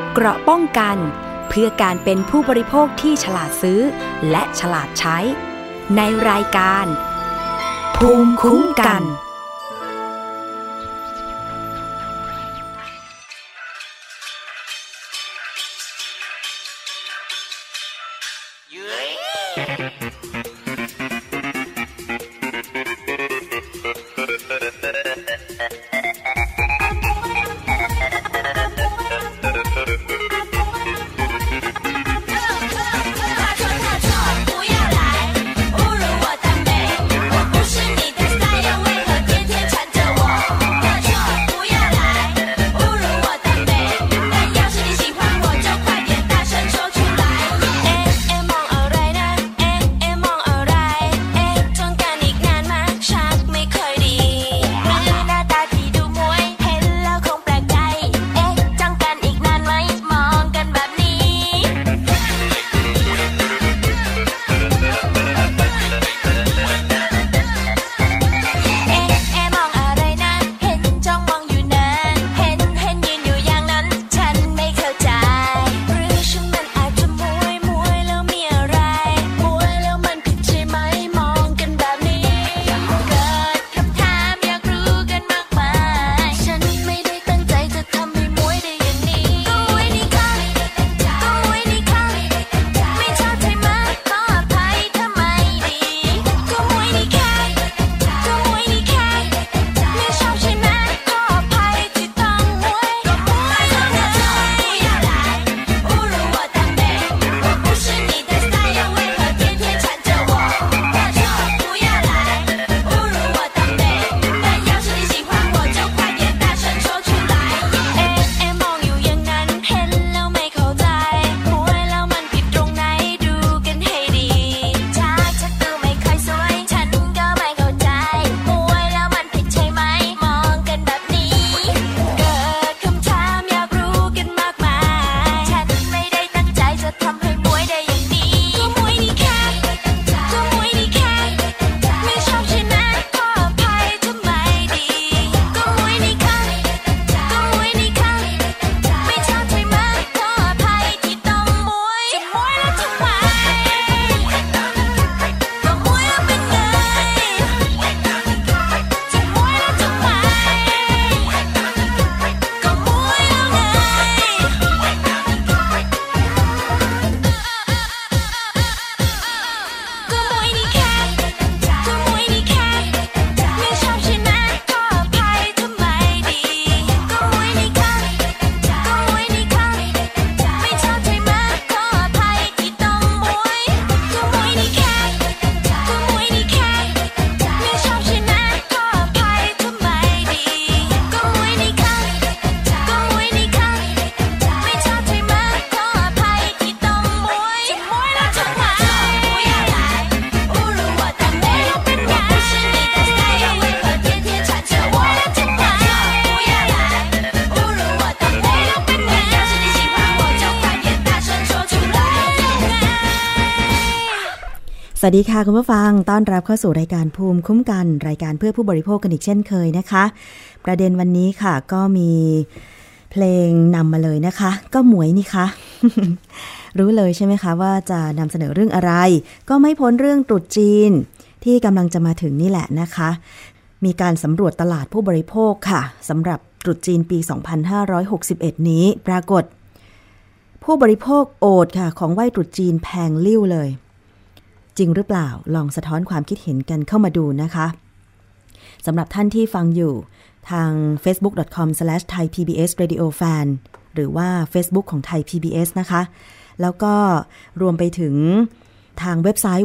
เกราะป้องกันเพื่อการเป็นผู้บริโภคที่ฉลาดซื้อและฉลาดใช้ในรายการภูมิคุ้มกันสวัสดีค่ะคุณผู้ฟังต้อนรับเข้าสู่รายการภูมิคุ้มกันรายการเพื่อผู้บริโภคกันอีกเช่นเคยนะคะประเด็นวันนี้ค่ะก็มีเพลงนำมาเลยนะคะก็หมวยนี่คะ รู้เลยใช่ไหมคะว่าจะนำเสนอเรื่องอะไรก็ไม่พ้นเรื่องตรุษจีนที่กำลังจะมาถึงนี่แหละนะคะมีการสำรวจตลาดผู้บริโภคค่ะสำหรับตรุษจีนปี 2561 นี้ปรากฏผู้บริโภคโอดค่ะของไหว้ตรุษจีนแพงลิ่วเลยจริงหรือเปล่าลองสะท้อนความคิดเห็นกันเข้ามาดูนะคะสำหรับท่านที่ฟังอยู่ทาง facebook.com/thaipbsradiofan หรือว่า Facebook ของ Thai PBS นะคะแล้วก็รวมไปถึงทางเว็บไซต์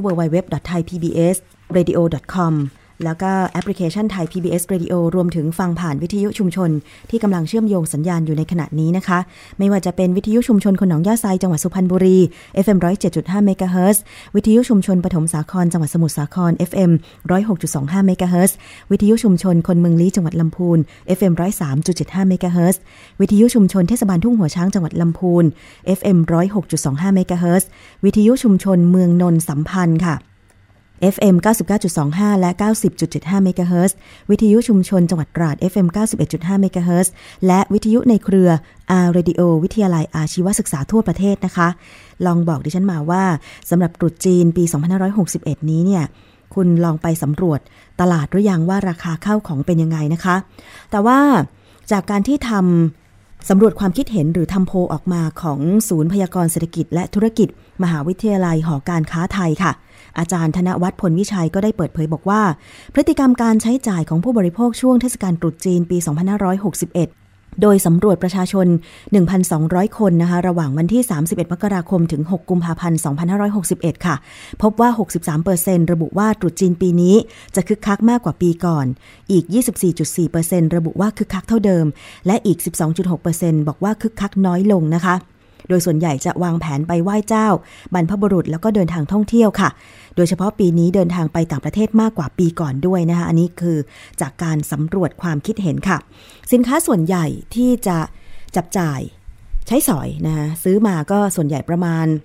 www.thaipbsradio.com แล้วก็แอปพลิเคชัน Thai PBS Radio รวมถึงฟังผ่านวิทยุชุมชนที่กำลังเชื่อมโยงสัญญาณอยู่ในขณะนี้นะคะไม่ว่าจะเป็นวิทยุชุมชนคนหนองย่าไซจังหวัดสุพรรณบุรี FM 107.5 เมกะเฮิรตซ์วิทยุชุมชนปฐมสาครจังหวัดสมุทรสาคร FM 106.25 เมกะเฮิรตซ์วิทยุชุมชนคนเมืองลี้จังหวัดลำพูน FM 103.75 เมกะเฮิรตซ์วิทยุชุมชนเทศบาลทุ่งหัวช้างจังหวัดลำพูน FM 106.25 เมกะเฮิรตซ์วิทยุชุมชนเมืองนนท์สัมพันธ์ค่ะ FM 99.25 และ 90.75 เมกะเฮิรตซ์วิทยุชุมชนจังหวัดตราด FM 91.5 เมกะเฮิรตซ์และวิทยุในเครือ R Radio วิทยาลัยอาชีวศึกษาทั่วประเทศนะคะลองบอกดิฉันมาว่าสำหรับตรุษจีนปี 2561 นี้เนี่ยคุณลองไปสำรวจตลาดหรือยังว่าราคาข้าวของเป็นยังไงนะคะแต่ว่าจากการที่ทำสำรวจความคิดเห็นหรือทำโพลออกมาของศูนย์พยากรณ์เศรษฐกิจและธุรกิจมหาวิทยาลัยหอการค้าไทยค่ะอาจารย์ธนวัฒน์พลวิชัยก็ได้เปิดเผยบอกว่าพฤติกรรมการใช้จ่ายของผู้บริโภคช่วงเทศกาลตรุษจีนปี 2561โดยสำรวจประชาชน 1,200 คนนะคะระหว่างวันที่31มกราคมถึง6กุมภาพันธ์2561ค่ะพบว่า 63% ระบุว่าตรุษจีนปีนี้จะคึกคักมากกว่าปีก่อนอีก 24.4% ระบุว่าคึกคักเท่าเดิมและอีก 12.6% บอกว่าคึกคักน้อยลงนะคะโดยส่วนใหญ่จะวางแผนไปไหว้เจ้าบรรพบุรุษแล้วก็เดินทางท่องเที่ยวค่ะโดยเฉพาะปีนี้เดินทางไปต่างประเทศมากกว่าปีก่อนด้วยนะคะอันนี้คือจากการสำรวจความคิดเห็นค่ะสินค้าส่วนใหญ่ที่จะจับจ่ายใช้สอยนะคะซื้อมาก็ส่วนใหญ่ประมาณ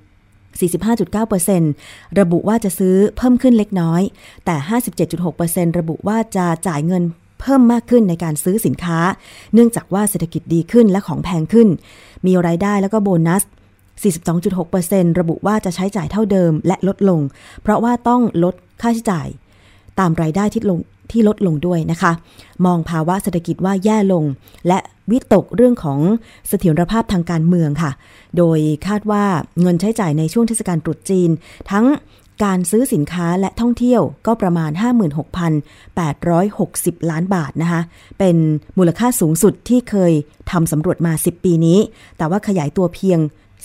45.9% ระบุว่าจะซื้อเพิ่มขึ้นเล็กน้อยแต่ 57.6% ระบุว่าจะจ่ายเงินเพิ่มมากขึ้นในการซื้อสินค้าเนื่องจากว่าเศรษฐกิจดีขึ้นและของแพงขึ้นมีรายได้แล้วก็โบนัส 42.6% ระบุว่าจะใช้จ่ายเท่าเดิมและลดลงเพราะว่าต้องลดค่าใช้จ่ายตามรายได้ที่ลดลงด้วยนะคะมองภาวะเศรษฐกิจว่าแย่ลงและวิตกเรื่องของเสถียรภาพทางการเมืองค่ะโดยคาดว่าเงินใช้จ่ายในช่วงเทศกาลตรุษจีนทั้งการซื้อสินค้าและท่องเที่ยวก็ประมาณ 56,860 ล้านบาทนะคะเป็นมูลค่าสูงสุดที่เคยทำสำรวจมา10ปีนี้แต่ว่าขยายตัวเพียง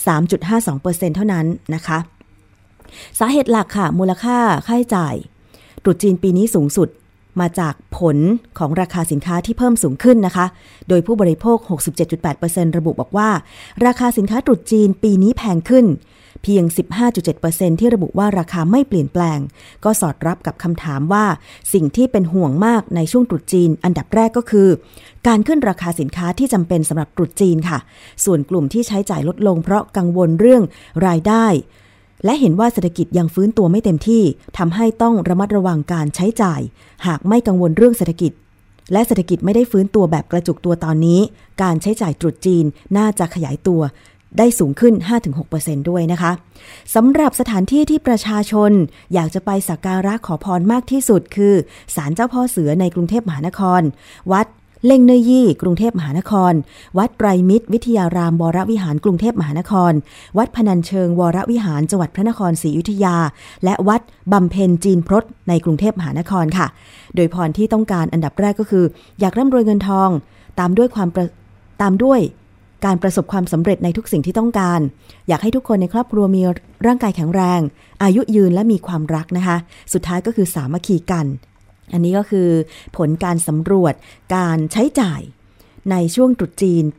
3.52% เท่านั้นนะคะสาเหตุหลักค่ะมูลค่าค่าใช้จ่ายตรุษจีนปีนี้สูงสุดมาจากผลของราคาสินค้าที่เพิ่มสูงขึ้นนะคะโดยผู้บริโภค 67.8% ระบุบอกว่าราคาสินค้าตรุษจีนปีนี้แพงขึ้นเพียง 15.7% ที่ระบุว่าราคาไม่เปลี่ยนแปลงก็สอดรับกับคำถามว่าสิ่งที่เป็นห่วงมากในช่วงตรุษจีนอันดับแรกก็คือการขึ้นราคาสินค้าที่จำเป็นสำหรับตรุษจีนค่ะส่วนกลุ่มที่ใช้จ่ายลดลงเพราะกังวลเรื่องรายได้และเห็นว่าเศรษฐกิจยังฟื้นตัวไม่เต็มที่ทำให้ต้องระมัดระวังการใช้จ่ายหากไม่กังวลเรื่องเศรษฐกิจและเศรษฐกิจไม่ได้ฟื้นตัวแบบกระจุกตัวตอนนี้การใช้จ่ายตรุษจีนน่าจะขยายตัวได้สูงขึ้น 5-6% ด้วยนะคะสำหรับสถานที่ที่ประชาชนอยากจะไปสักการะขอพรมากที่สุดคือศาลเจ้าพ่อเสือในกรุงเทพมหานครวัดเล่งเนยยี่กรุงเทพมหานครวัดไตรมิตรวิทยารามวรวิหารกรุงเทพมหานครวัดพนัญเชิงวรวิหารจังหวัดพระนครศรีอยุธยาและวัดบำเพ็ญจีนพรตในกรุงเทพมหานครค่ะโดยพรที่ต้องการอันดับแรกก็คืออยากร่ำรวยเงินทองตามด้วยการประสบความสำเร็จในทุกสิ่งที่ต้องการอยากให้ทุกคนในครอบครัวมีร่างกายแข็งแรงอายุยืนและมีความรักนะคะสุดท้ายก็คือสามัคคีกันอันนี้ก็คือผลการสำรวจการใช้จ่ายในช่วงตรุษจีนปี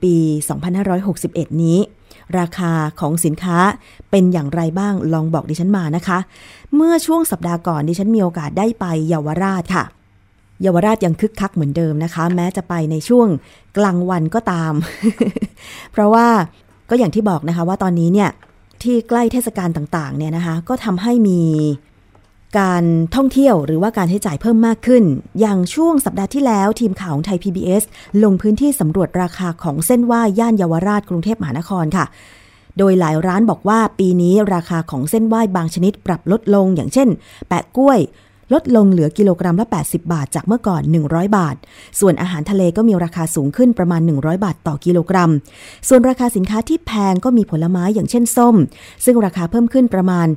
2561 นี้ราคาของสินค้าเป็นอย่างไรบ้างลองบอกดิฉันมานะคะเมื่อช่วงสัปดาห์ก่อนดิฉันมีโอกาสได้ไปเยาวราชค่ะเยาวราชยังคึกคักเหมือนเดิมนะคะแม้จะไปในช่วงกลางวันก็ตาม เพราะว่าก็อย่างที่บอกนะคะว่าตอนนี้เนี่ยที่ใกล้เทศกาลต่างๆเนี่ยนะคะก็ทำให้มีการท่องเที่ยวหรือว่าการใช้จ่ายเพิ่มมากขึ้นอย่างช่วงสัปดาห์ที่แล้วทีมข่าวของไทย PBS ลงพื้นที่สำรวจราคาของเส้นไหว้ย่านเยาวราชกรุงเทพมหานครค่ะโดยหลายร้านบอกว่าปีนี้ราคาของเส้นไหว้บางชนิดปรับลดลงอย่างเช่นแปะกล้วยลดลงเหลือกิโลกรัมละ80บาทจากเมื่อก่อน100บาทส่วนอาหารทะเลก็มีราคาสูงขึ้นประมาณ100บาทต่อกิโลกรัมส่วนราคาสินค้าที่แพงก็มีผลไม้อย่างเช่นส้มซึ่งราคาเพิ่มขึ้นประมาณ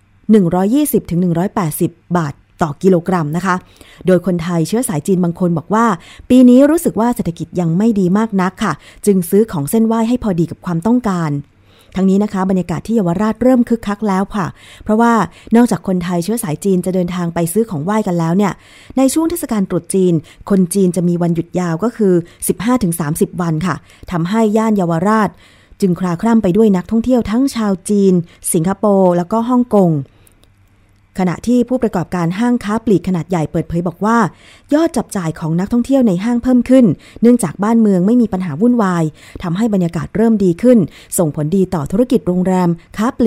120-180 บาทต่อกิโลกรัมนะคะโดยคนไทยเชื้อสายจีนบางคนบอกว่าปีนี้รู้สึกว่าเศรษฐกิจยังไม่ดีมากนักค่ะจึงซื้อของเส้นไหว้ให้พอดีกับความต้องการทั้งนี้นะคะบรรยากาศที่เยาวราชเริ่มคึกคักแล้วค่ะเพราะว่านอกจากคนไทยเชื้อสายจีนจะเดินทางไปซื้อของไหว้กันแล้วเนี่ยในช่วงเทศกาลตรุษจีนคนจีนจะมีวันหยุดยาวก็คือ 15-30 วันค่ะทำให้ย่านเยาวราชจึงคลาคล่ำไปด้วยนักท่องเที่ยวทั้งชาวจีนสิงคโปร์แล้วก็ฮ่องกงขณะที่ผู้ประกอบการห้างค้าปลีกขนาดใหญ่เปิดเผยบอกว่ายอดจับจ่ายของนักท่องเที่ยวในห้างเพิ่มขึ้นเนื่องจากบ้านเมืองไม่มีปัญหาวุ่นวายทำให้บรรยากาศเริ่มดีขึ้นส่งผลดีต่อธุรกิจโรงแรมค้าปลีก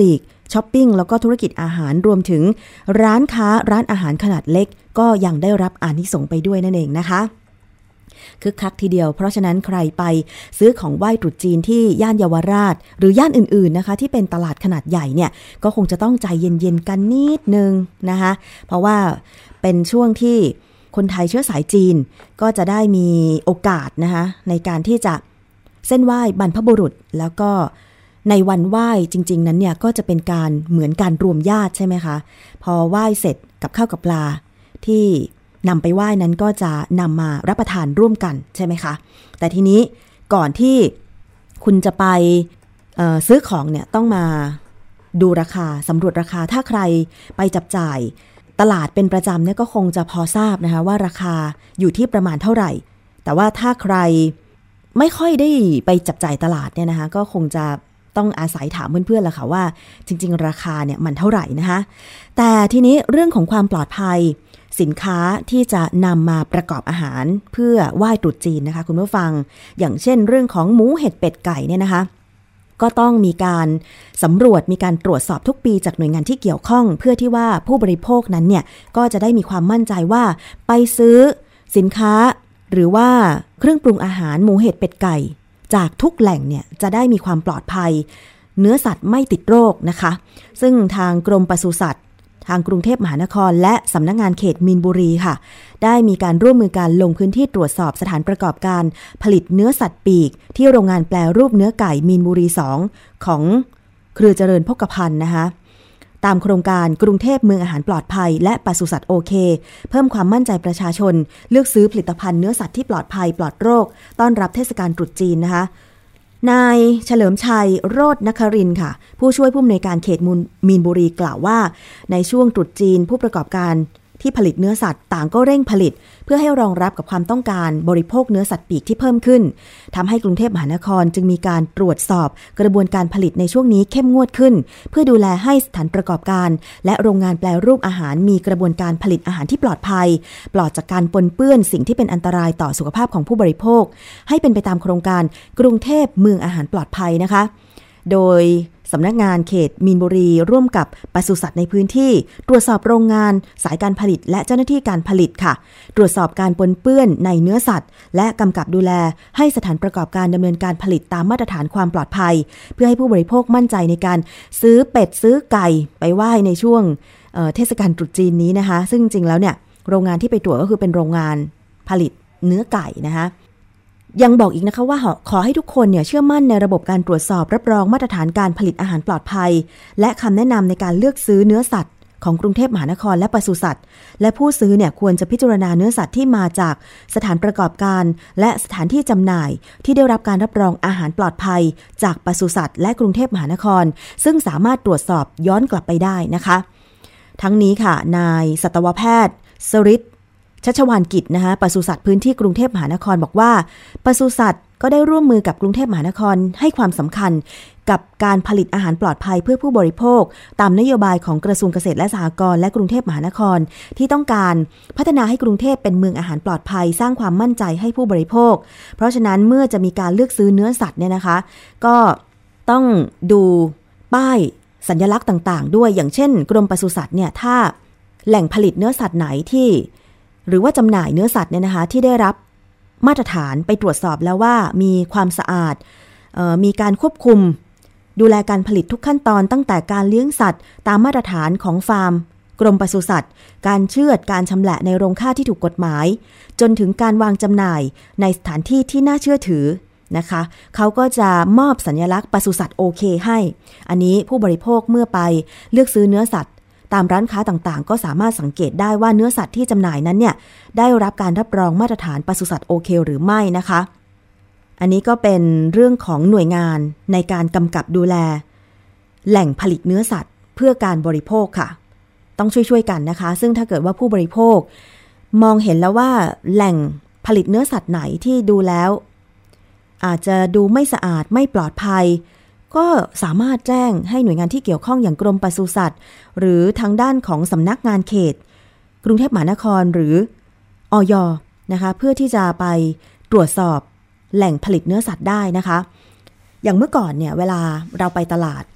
ช้อปปิ้งแล้วก็ธุรกิจอาหารรวมถึงร้านค้าร้านอาหารขนาดเล็กก็ยังได้รับอานิสงส์ไปด้วยนั่นเองนะคะคึกคักทีเดียวเพราะฉะนั้นใครไปซื้อของไหว้ตรุษจีนที่ย่านเยาวราชหรือย่านอื่นๆนะคะที่เป็นตลาดขนาดใหญ่เนี่ยก็คงจะต้องใจเย็นๆกันนิดนึงนะคะเพราะว่าเป็นช่วงที่คนไทยเชื้อสายจีนก็จะได้มีโอกาสนะคะในการที่จะเส้นไหว้บรรพบุรุษแล้วก็ในวันไหว้จริงๆนั้นเนี่ยก็จะเป็นการเหมือนการรวมญาติใช่ไหมคะพอไหว้เสร็จกับข้าวกับปลาที่นำไปไหว้นั้นก็จะนำมารับประทานร่วมกันใช่ไหมคะแต่ทีนี้ก่อนที่คุณจะไปซื้อของเนี่ยต้องมาดูราคาสำรวจราคาถ้าใครไปจับจ่ายตลาดเป็นประจำเนี่ยก็คงจะพอทราบนะคะว่าราคาอยู่ที่ประมาณเท่าไหร่แต่ว่าถ้าใครไม่ค่อยได้ไปจับจ่ายตลาดเนี่ยนะคะก็คงจะต้องอาศัยถามเพื่อนๆแหละค่ะว่าจริงๆราคาเนี่ยมันเท่าไหร่นะคะแต่ทีนี้เรื่องของความปลอดภัยสินค้าที่จะนำมาประกอบอาหารเพื่อไหว้ตรุษจีนนะคะคุณผู้ฟังอย่างเช่นเรื่องของหมูเห็ดเป็ดไก่เนี่ยนะคะก็ต้องมีการสำรวจมีการตรวจสอบทุกปีจากหน่วยงานที่เกี่ยวข้องเพื่อที่ว่าผู้บริโภคนั้นเนี่ยก็จะได้มีความมั่นใจว่าไปซื้อสินค้าหรือว่าเครื่องปรุงอาหารหมูเห็ดเป็ดไก่จากทุกแหล่งเนี่ยจะได้มีความปลอดภัยเนื้อสัตว์ไม่ติดโรคนะคะซึ่งทางกรมปศุสัตว์ทางกรุงเทพมหานครและสำนักงานเขตมีนบุรีค่ะได้มีการร่วมมือกันลงพื้นที่ตรวจสอบสถานประกอบการผลิตเนื้อสัตว์ปีกที่โรงงานแปรรูปเนื้อไก่มีนบุรี2ของเครือเจริญโภคภัณฑ์นะคะตามโครงการกรุงเทพเมืองอาหารปลอดภัยและปศุสัตว์โอเคเพิ่มความมั่นใจประชาชนเลือกซื้อผลิตภัณฑ์เนื้อสัตว์ที่ปลอดภัยปลอดโรคต้อนรับเทศกาลตรุษจีนนะคะนายเฉลิมชัยโรจน์นครินทร์ค่ะผู้ช่วยผู้อำนวยการเขตมีนบุรีกล่าวว่าในช่วงตรุษจีนผู้ประกอบการที่ผลิตเนื้อสัตว์ต่างก็เร่งผลิตเพื่อให้รองรับกับความต้องการบริโภคเนื้อสัตว์ปีกที่เพิ่มขึ้นทำให้กรุงเทพมหานครจึงมีการตรวจสอบกระบวนการผลิตในช่วงนี้เข้มงวดขึ้นเพื่อดูแลให้สถานประกอบการและโรงงานแปรรูปอาหารมีกระบวนการผลิตอาหารที่ปลอดภัยปลอดจากการปนเปื้อนสิ่งที่เป็นอันตรายต่อสุขภาพของผู้บริโภคให้เป็นไปตามโครงการกรุงเทพเมืองอาหารปลอดภัยนะคะโดยสำนักงานเขตมีนบุรีร่วมกับปศุสัตว์ในพื้นที่ตรวจสอบโรงงานสายการผลิตและเจ้าหน้าที่การผลิตค่ะตรวจสอบการปนเปื้อนในเนื้อสัตว์และกำกับดูแลให้สถานประกอบการดำเนินการผลิตตามมาตรฐานความปลอดภัยเพื่อให้ผู้บริโภคมั่นใจในการซื้อเป็ดซื้อไก่ไปไหว้ในช่วงเทศกาลตรุษจีนนี้นะคะซึ่งจริงแล้วเนี่ยโรงงานที่ไปตรวจก็คือเป็นโรงงานผลิตเนื้อไก่นะคะยังบอกอีกนะคะว่าขอให้ทุกคนเนี่ยเชื่อมั่นในระบบการตรวจสอบรับรองมาตรฐานการผลิตอาหารปลอดภัยและคำแนะนำในการเลือกซื้อเนื้อสัตว์ของกรุงเทพมหานครและปศุสัตว์และผู้ซื้อเนี่ยควรจะพิจารณาเนื้อสัตว์ที่มาจากสถานประกอบการและสถานที่จำหน่ายที่ได้รับการรับรองอาหารปลอดภัยจากปศุสัตว์และกรุงเทพมหานครซึ่งสามารถตรวจสอบย้อนกลับไปได้นะคะทั้งนี้ค่ะนายสัตวแพทย์สฤทธิ์ชัชวานกิจนะคะปศุสัตว์พื้นที่กรุงเทพมหานครบอกว่าปศุสัตว์ก็ได้ร่วมมือกับกรุงเทพมหานครให้ความสำคัญกับการผลิตอาหารปลอดภัยเพื่อผู้บริโภคตามนโยบายของกระทรวงเกษตรและสหกรณ์และกรุงเทพมหานครที่ต้องการพัฒนาให้กรุงเทพเป็นเมืองอาหารปลอดภัยสร้างความมั่นใจให้ผู้บริโภคเพราะฉะนั้นเมื่อจะมีการเลือกซื้อเนื้อสัตว์เนี่ยนะคะก็ต้องดูป้ายสัญลักษณ์ต่างๆด้วยอย่างเช่นกรมปศุสัตว์เนี่ยถ้าแหล่งผลิตเนื้อสัตว์ไหนที่หรือว่าจำหน่ายเนื้อสัตว์เนี่ยนะคะที่ได้รับมาตรฐานไปตรวจสอบแล้วว่ามีความสะอาดมีการควบคุมดูแลการผลิตทุกขั้นตอนตั้งแต่การเลี้ยงสัตว์ตามมาตรฐานของฟาร์มกรมปศุสัตว์การเชือดการชำแหละในโรงฆ่าที่ถูกกฎหมายจนถึงการวางจำหน่ายในสถานที่ที่น่าเชื่อถือนะคะเขาก็จะมอบสัญลักษณ์ปศุสัตว์โอเคให้อันนี้ผู้บริโภคเมื่อไปเลือกซื้อเนื้อสัตว์ตามร้านค้าต่างๆก็สามารถสังเกตได้ว่าเนื้อสัตว์ที่จำหน่ายนั้นเนี่ยได้รับการรับรองมาตรฐานปศุสัตว์โอเคหรือไม่นะคะอันนี้ก็เป็นเรื่องของหน่วยงานในการกำกับดูแลแหล่งผลิตเนื้อสัตว์เพื่อการบริโภคค่ะต้องช่วยๆกันนะคะซึ่งถ้าเกิดว่าผู้บริโภคมองเห็นแล้วว่าแหล่งผลิตเนื้อสัตว์ไหนที่ดูแล้วอาจจะดูไม่สะอาดไม่ปลอดภัยก็สามารถแจ้งให้หน่วยงานที่เกี่ยวข้องอย่างกรมปศุสัตว์หรือทางด้านของสำนักงานเขตกรุงเทพมหานครหรืออย.นะคะเพื่อที่จะไปตรวจสอบแหล่งผลิตเนื้อสัตว์ได้นะคะอย่างเมื่อก่อนเนี่ยเวลาเราไปตลาด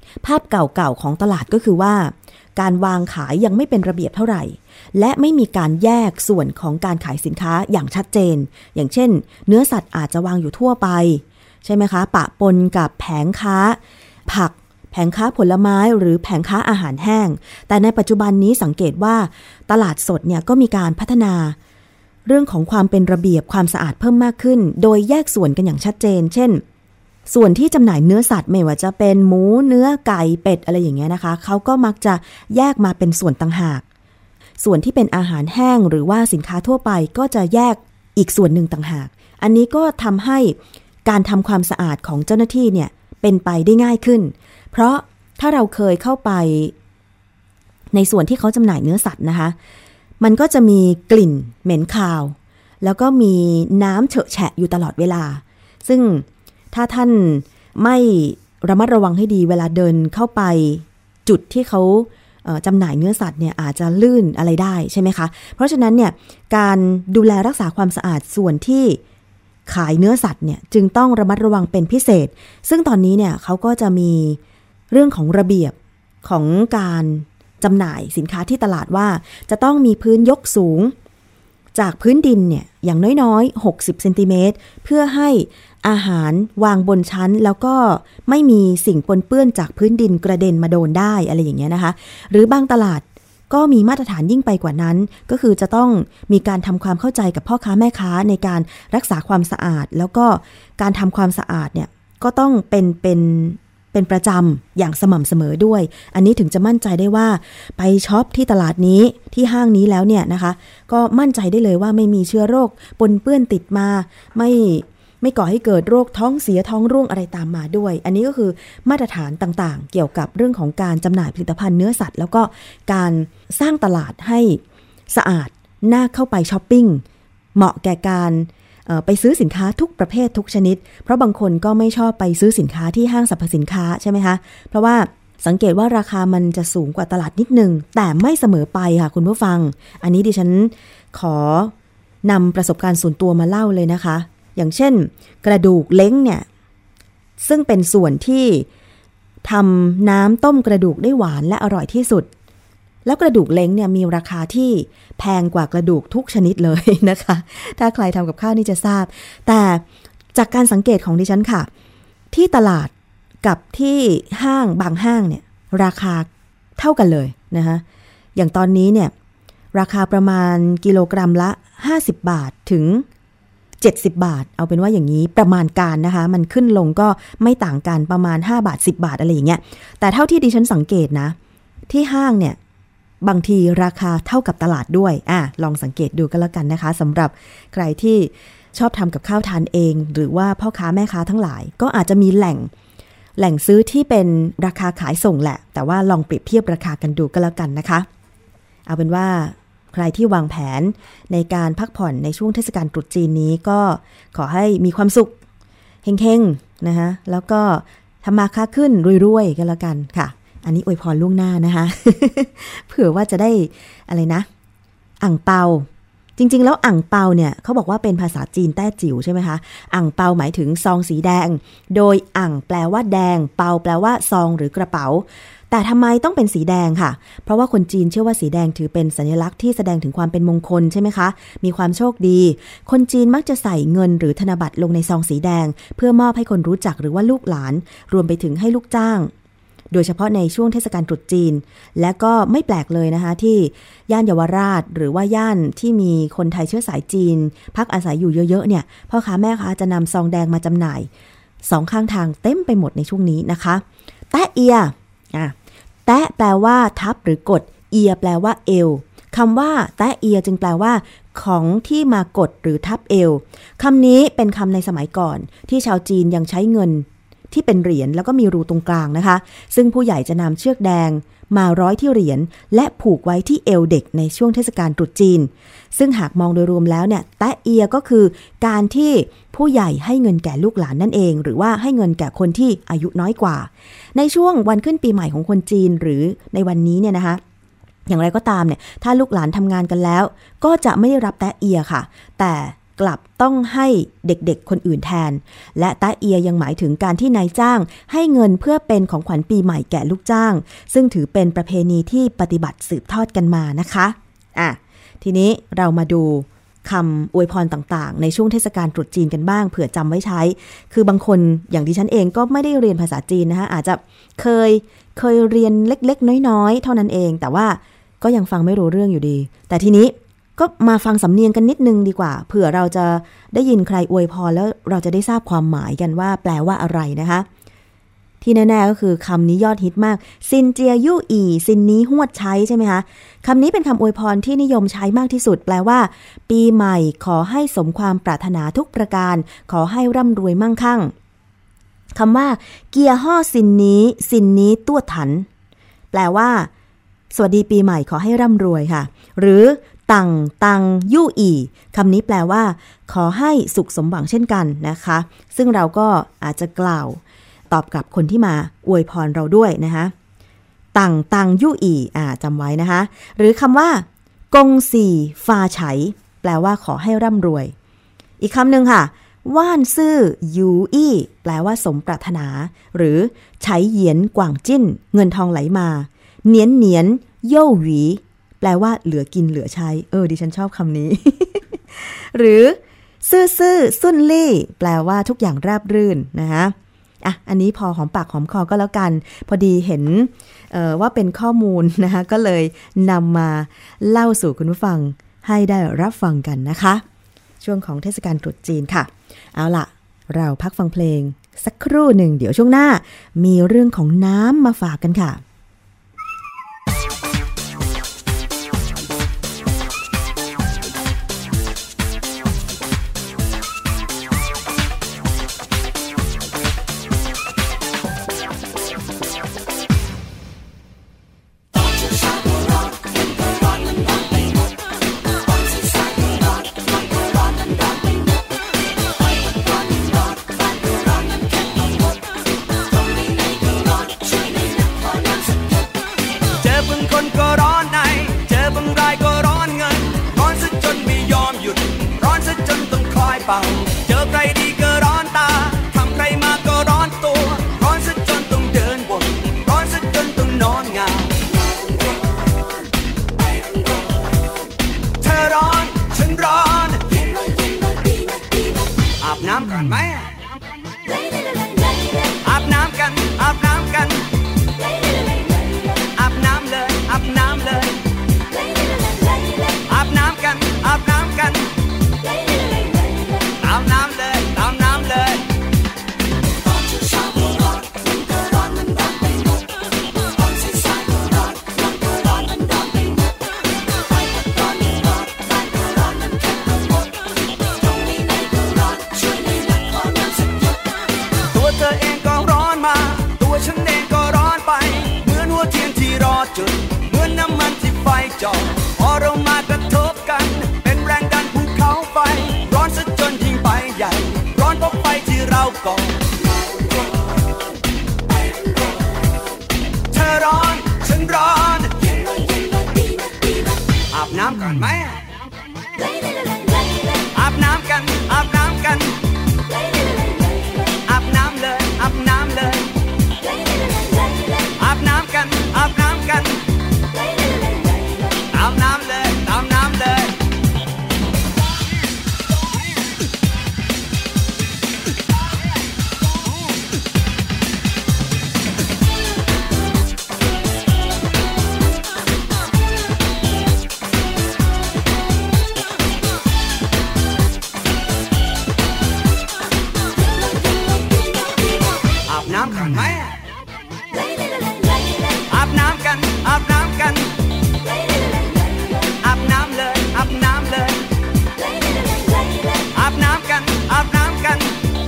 ภาพเก่าๆของตลาดก็คือว่าการวางขายยังไม่เป็นระเบียบเท่าไหร่และไม่มีการแยกส่วนของการขายสินค้าอย่างชัดเจนอย่างเช่นเนื้อสัตว์อาจจะวางอยู่ทั่วไปใช่ไหมคะปะปนกับแผงค้าผักแผงค้าผลไม้หรือแผงค้าอาหารแห้งแต่ในปัจจุบันนี้สังเกตว่าตลาดสดเนี่ยก็มีการพัฒนาเรื่องของความเป็นระเบียบความสะอาดเพิ่มมากขึ้นโดยแยกส่วนกันอย่างชัดเจนเช่นส่วนที่จำหน่ายเนื้อสัตว์ไม่ว่าจะเป็นหมูเนื้อไก่เป็ดอะไรอย่างเงี้ยนะคะเขาก็มักจะแยกมาเป็นส่วนต่างหากส่วนที่เป็นอาหารแห้งหรือว่าสินค้าทั่วไปก็จะแยกอีกส่วนหนึ่งต่างหากอันนี้ก็ทำให้การทำความสะอาดของเจ้าหน้าที่เนี่ยเป็นไปได้ง่ายขึ้นเพราะถ้าเราเคยเข้าไปในส่วนที่เขาจำหน่ายเนื้อสัตว์นะคะมันก็จะมีกลิ่นเหม็นคาวแล้วก็มีน้ำเฉอะแฉะอยู่ตลอดเวลาซึ่งถ้าท่านไม่ระมัดระวังให้ดีเวลาเดินเข้าไปจุดที่เขาจำหน่ายเนื้อสัตว์เนี่ยอาจจะลื่นอะไรได้ใช่ไหมคะเพราะฉะนั้นเนี่ยการดูแลรักษาความสะอาดส่วนที่ขายเนื้อสัตว์เนี่ยจึงต้องระมัดระวังเป็นพิเศษซึ่งตอนนี้เนี่ยเขาก็จะมีเรื่องของระเบียบของการจำหน่ายสินค้าที่ตลาดว่าจะต้องมีพื้นยกสูงจากพื้นดินเนี่ยอย่างน้อยๆ60เซนติเมตรเพื่อให้อาหารวางบนชั้นแล้วก็ไม่มีสิ่งปนเปื้อนจากพื้นดินกระเด็นมาโดนได้อะไรอย่างเงี้ยนะคะหรือบางตลาดก็มีมาตรฐานยิ่งไปกว่านั้นก็คือจะต้องมีการทำความเข้าใจกับพ่อค้าแม่ค้าในการรักษาความสะอาดแล้วก็การทำความสะอาดเนี่ยก็ต้องเป็นประจำอย่างสม่ำเสมอด้วยอันนี้ถึงจะมั่นใจได้ว่าไปช็อปที่ตลาดนี้ที่ห้างนี้แล้วเนี่ยนะคะก็มั่นใจได้เลยว่าไม่มีเชื้อโรคปนเปื้อนติดมาไม่ก่อให้เกิดโรคท้องเสียท้องร่วงอะไรตามมาด้วยอันนี้ก็คือมาตรฐานต่างๆเกี่ยวกับเรื่องของการจำหน่ายผลิตภัณฑ์เนื้อสัตว์แล้วก็การสร้างตลาดให้สะอาดน่าเข้าไปช้อปปิ้งเหมาะแก่การไปซื้อสินค้าทุกประเภททุกชนิดเพราะบางคนก็ไม่ชอบไปซื้อสินค้าที่ห้างสรรพสินค้าใช่ไหมคะเพราะว่าสังเกตว่าราคามันจะสูงกว่าตลาดนิดนึงแต่ไม่เสมอไปค่ะคุณผู้ฟังอันนี้ดิฉันขอนำประสบการณ์ส่วนตัวมาเล่าเลยนะคะอย่างเช่นกระดูกเล้งเนี่ยซึ่งเป็นส่วนที่ทำน้ำต้มกระดูกได้หวานและอร่อยที่สุดแล้วกระดูกเล้งเนี่ยมีราคาที่แพงกว่ากระดูกทุกชนิดเลยนะคะถ้าใครทำกับข้าวนี่จะทราบแต่จากการสังเกตของดิฉันค่ะที่ตลาดกับที่ห้างบางห้างเนี่ยราคาเท่ากันเลยนะคะอย่างตอนนี้เนี่ยราคาประมาณกิโลกรัมละ50 บาทถึง70 บาทเอาเป็นว่าอย่างนี้ประมาณการนะคะมันขึ้นลงก็ไม่ต่างกันประมาณ5 บาท10 บาทอะไรอย่างเงี้ยแต่เท่าที่ดิฉันสังเกตนะที่ห้างเนี่ยบางทีราคาเท่ากับตลาดด้วยลองสังเกตดูกันแล้วกันนะคะสำหรับใครที่ชอบทำกับข้าวทานเองหรือว่าพ่อค้าแม่ค้าทั้งหลายก็อาจจะมีแหล่งซื้อที่เป็นราคาขายส่งแหละแต่ว่าลองเปรียบเทียบราคากันดูกันแล้วกันนะคะเอาเป็นว่าใครที่วางแผนในการพักผ่อนในช่วงเทศกาลตรุษจีนนี้ก็ขอให้มีความสุขเฮงๆนะคะแล้วก็ทำมาค้าขึ้นรวยๆกันแล้วกันค่ะอันนี้อวยพรล่วงหน้านะคะ เผื่อว่าจะได้อะไรนะอั่งเปาจริงๆแล้วอั่งเปาเนี่ยเขาบอกว่าเป็นภาษาจีนแต้จิ๋วใช่ไหมคะอั่งเปาหมายถึงซองสีแดงโดยอั่งแปลว่าแดงเปาแปลว่าซองหรือกระเป๋าแต่ทำไมต้องเป็นสีแดงค่ะเพราะว่าคนจีนเชื่อว่าสีแดงถือเป็นสัญลักษณ์ที่แสดงถึงความเป็นมงคลใช่ไหมคะมีความโชคดีคนจีนมักจะใส่เงินหรือธนบัตรลงในซองสีแดงเพื่อมอบให้คนรู้จักหรือว่าลูกหลานรวมไปถึงให้ลูกจ้างโดยเฉพาะในช่วงเทศกาลตรุษจีนและก็ไม่แปลกเลยนะคะที่ย่านเยาวราชหรือว่าย่านที่มีคนไทยเชื้อสายจีนพักอาศัยอยู่เยอะๆเนี่ยพ่อค้าแม่ค้าจะนำซองแดงมาจำหน่ายสองข้างทางเต็มไปหมดในช่วงนี้นะคะแต้เอียแตะแปลว่าทับหรือกดเอียแปลว่าเอวคำว่าแตะเอียจึงแปลว่าของที่มากดหรือทับเอวคำนี้เป็นคำในสมัยก่อนที่ชาวจีนยังใช้เงินที่เป็นเหรียญแล้วก็มีรูตรงกลางนะคะซึ่งผู้ใหญ่จะนำเชือกแดงมาร้อยที่เหรียญและผูกไว้ที่เอวเด็กในช่วงเทศกาลตรุษจีนซึ่งหากมองโดยรวมแล้วเนี่ยแตะเอียก็คือการที่ผู้ใหญ่ให้เงินแก่ลูกหลานนั่นเองหรือว่าให้เงินแก่คนที่อายุน้อยกว่าในช่วงวันขึ้นปีใหม่ของคนจีนหรือในวันนี้เนี่ยนะคะอย่างไรก็ตามเนี่ยถ้าลูกหลานทำงานกันแล้วก็จะไม่ได้รับแตะเอียค่ะแต่กลับต้องให้เด็กๆคนอื่นแทนและตาเอียยังหมายถึงการที่นายจ้างให้เงินเพื่อเป็นของขวัญปีใหม่แก่ลูกจ้างซึ่งถือเป็นประเพณีที่ปฏิบัติสืบทอดกันมานะคะทีนี้เรามาดูคำอวยพรต่างๆในช่วงเทศกาลตรุษจีนกันบ้างเผื่อจำไว้ใช้คือบางคนอย่างดิฉันเองก็ไม่ได้เรียนภาษาจีนนะคะอาจจะเคยเรียนเล็กๆน้อยๆเท่านั้นเองแต่ว่าก็ยังฟังไม่รู้เรื่องอยู่ดีแต่ทีนี้ก็มาฟังสำเนียงกันนิดนึงดีกว่าเผื่อเราจะได้ยินใครอวยพรแล้วเราจะได้ทราบความหมายกันว่าแปลว่าอะไรนะคะที่แน่ๆก็คือคำนี้ยอดฮิตมากซินเจียยู่อีซินนี้ฮวดใช้ใช่ไหมคะคำนี้เป็นคำอวยพรที่นิยมใช้มากที่สุดแปลว่าปีใหม่ขอให้สมความปรารถนาทุกประการขอให้ร่ำรวยมั่งคั่งคำว่าเกียร์ห่อซินนี้ตัวถันแปลว่าสวัสดีปีใหม่ขอให้ร่ำรวยค่ะหรือตังยู่อีคำนี้แปลว่าขอให้สุขสมหวังเช่นกันนะคะซึ่งเราก็อาจจะกล่าวตอบกับคนที่มาอวยพรเราด้วยนะคะตังยู่อีจำไว้นะคะหรือคำว่ากงสีฟาไฉแปลว่าขอให้ร่ำรวยอีกคำหนึ่งค่ะว่านซื่อยูอี้แปลว่าสมปรารถนาหรือไฉเหยียนกว่างจิ้นเงินทองไหลมาเนียนโย่หวีแปลว่าเหลือกินเหลือใช้ดิฉันชอบคำนี้ หรือซื่อซุ่นลี่แปลว่าทุกอย่างราบรื่นนะคะอันนี้พอหอมปากหอมคอก็แล้วกันพอดีเห็นว่าเป็นข้อมูลนะคะก็เลยนำมาเล่าสู่คุณผู้ฟังให้ได้รับฟังกันนะคะช่วงของเทศกาลตรุษจีนค่ะเอาล่ะเราพักฟังเพลงสักครู่หนึ่งเดี๋ยวช่วงหน้ามีเรื่องของน้ำมาฝากกันค่ะเจอใครดีก็ร้อนตาทำใครมาก็ร้อนตัวร้อนซะจนต้องเดินวนร้อนซะจนต้องนอนเหงาเธอร้อนฉันร้อนอาบน้ำกันไหมอาบน้ำกันอาบน้ำกันอาบน้ำเลยอาบน้ำเลยอาบน้ำกันอาบน้ำกันตามน้ำเลยตามน้ำเลยตอนเช้าก็ร้อนมันก็ร้อนมันร้อนไปหมดตอนสายๆก็ร้อนมันก็ร้อนมันร้อนไปหมดไปก็ร้อนมันร้อนบ้านก็ร้อนมันแข็งไปหมดตรงนี้ไหนก็ร้อนช่วยในหนักขอน้ำสักหยดตัวเธอเองก็ร้อนมาตัวฉันเองก็ร้อนไปเหมือนหัวเทียนที่รอจุดเหมือนน้ำมันที่ไฟจ่อพอเรามากระทบกันเป็นแรงดันภูเขาไฟร้อนซะจนยิ่งไปใหญ่ร้อนเพราะไฟที่เราก่อเธอร้อนฉันร้อนอาบน้ำก่อนไหมอาบน้ำกันอาบน้ำกันอาบน้ำเลยอาบน้ำเลยอาบน้ำกันอาบน้ำกันตามน้ำเลยตามน้ำเลยอาบน้ำกันไหมอาบน้ำกันอาบน้ำกันอาบน้ำเลยอาบน้ำเลยอาบน้ำกันอาบน้ำกัน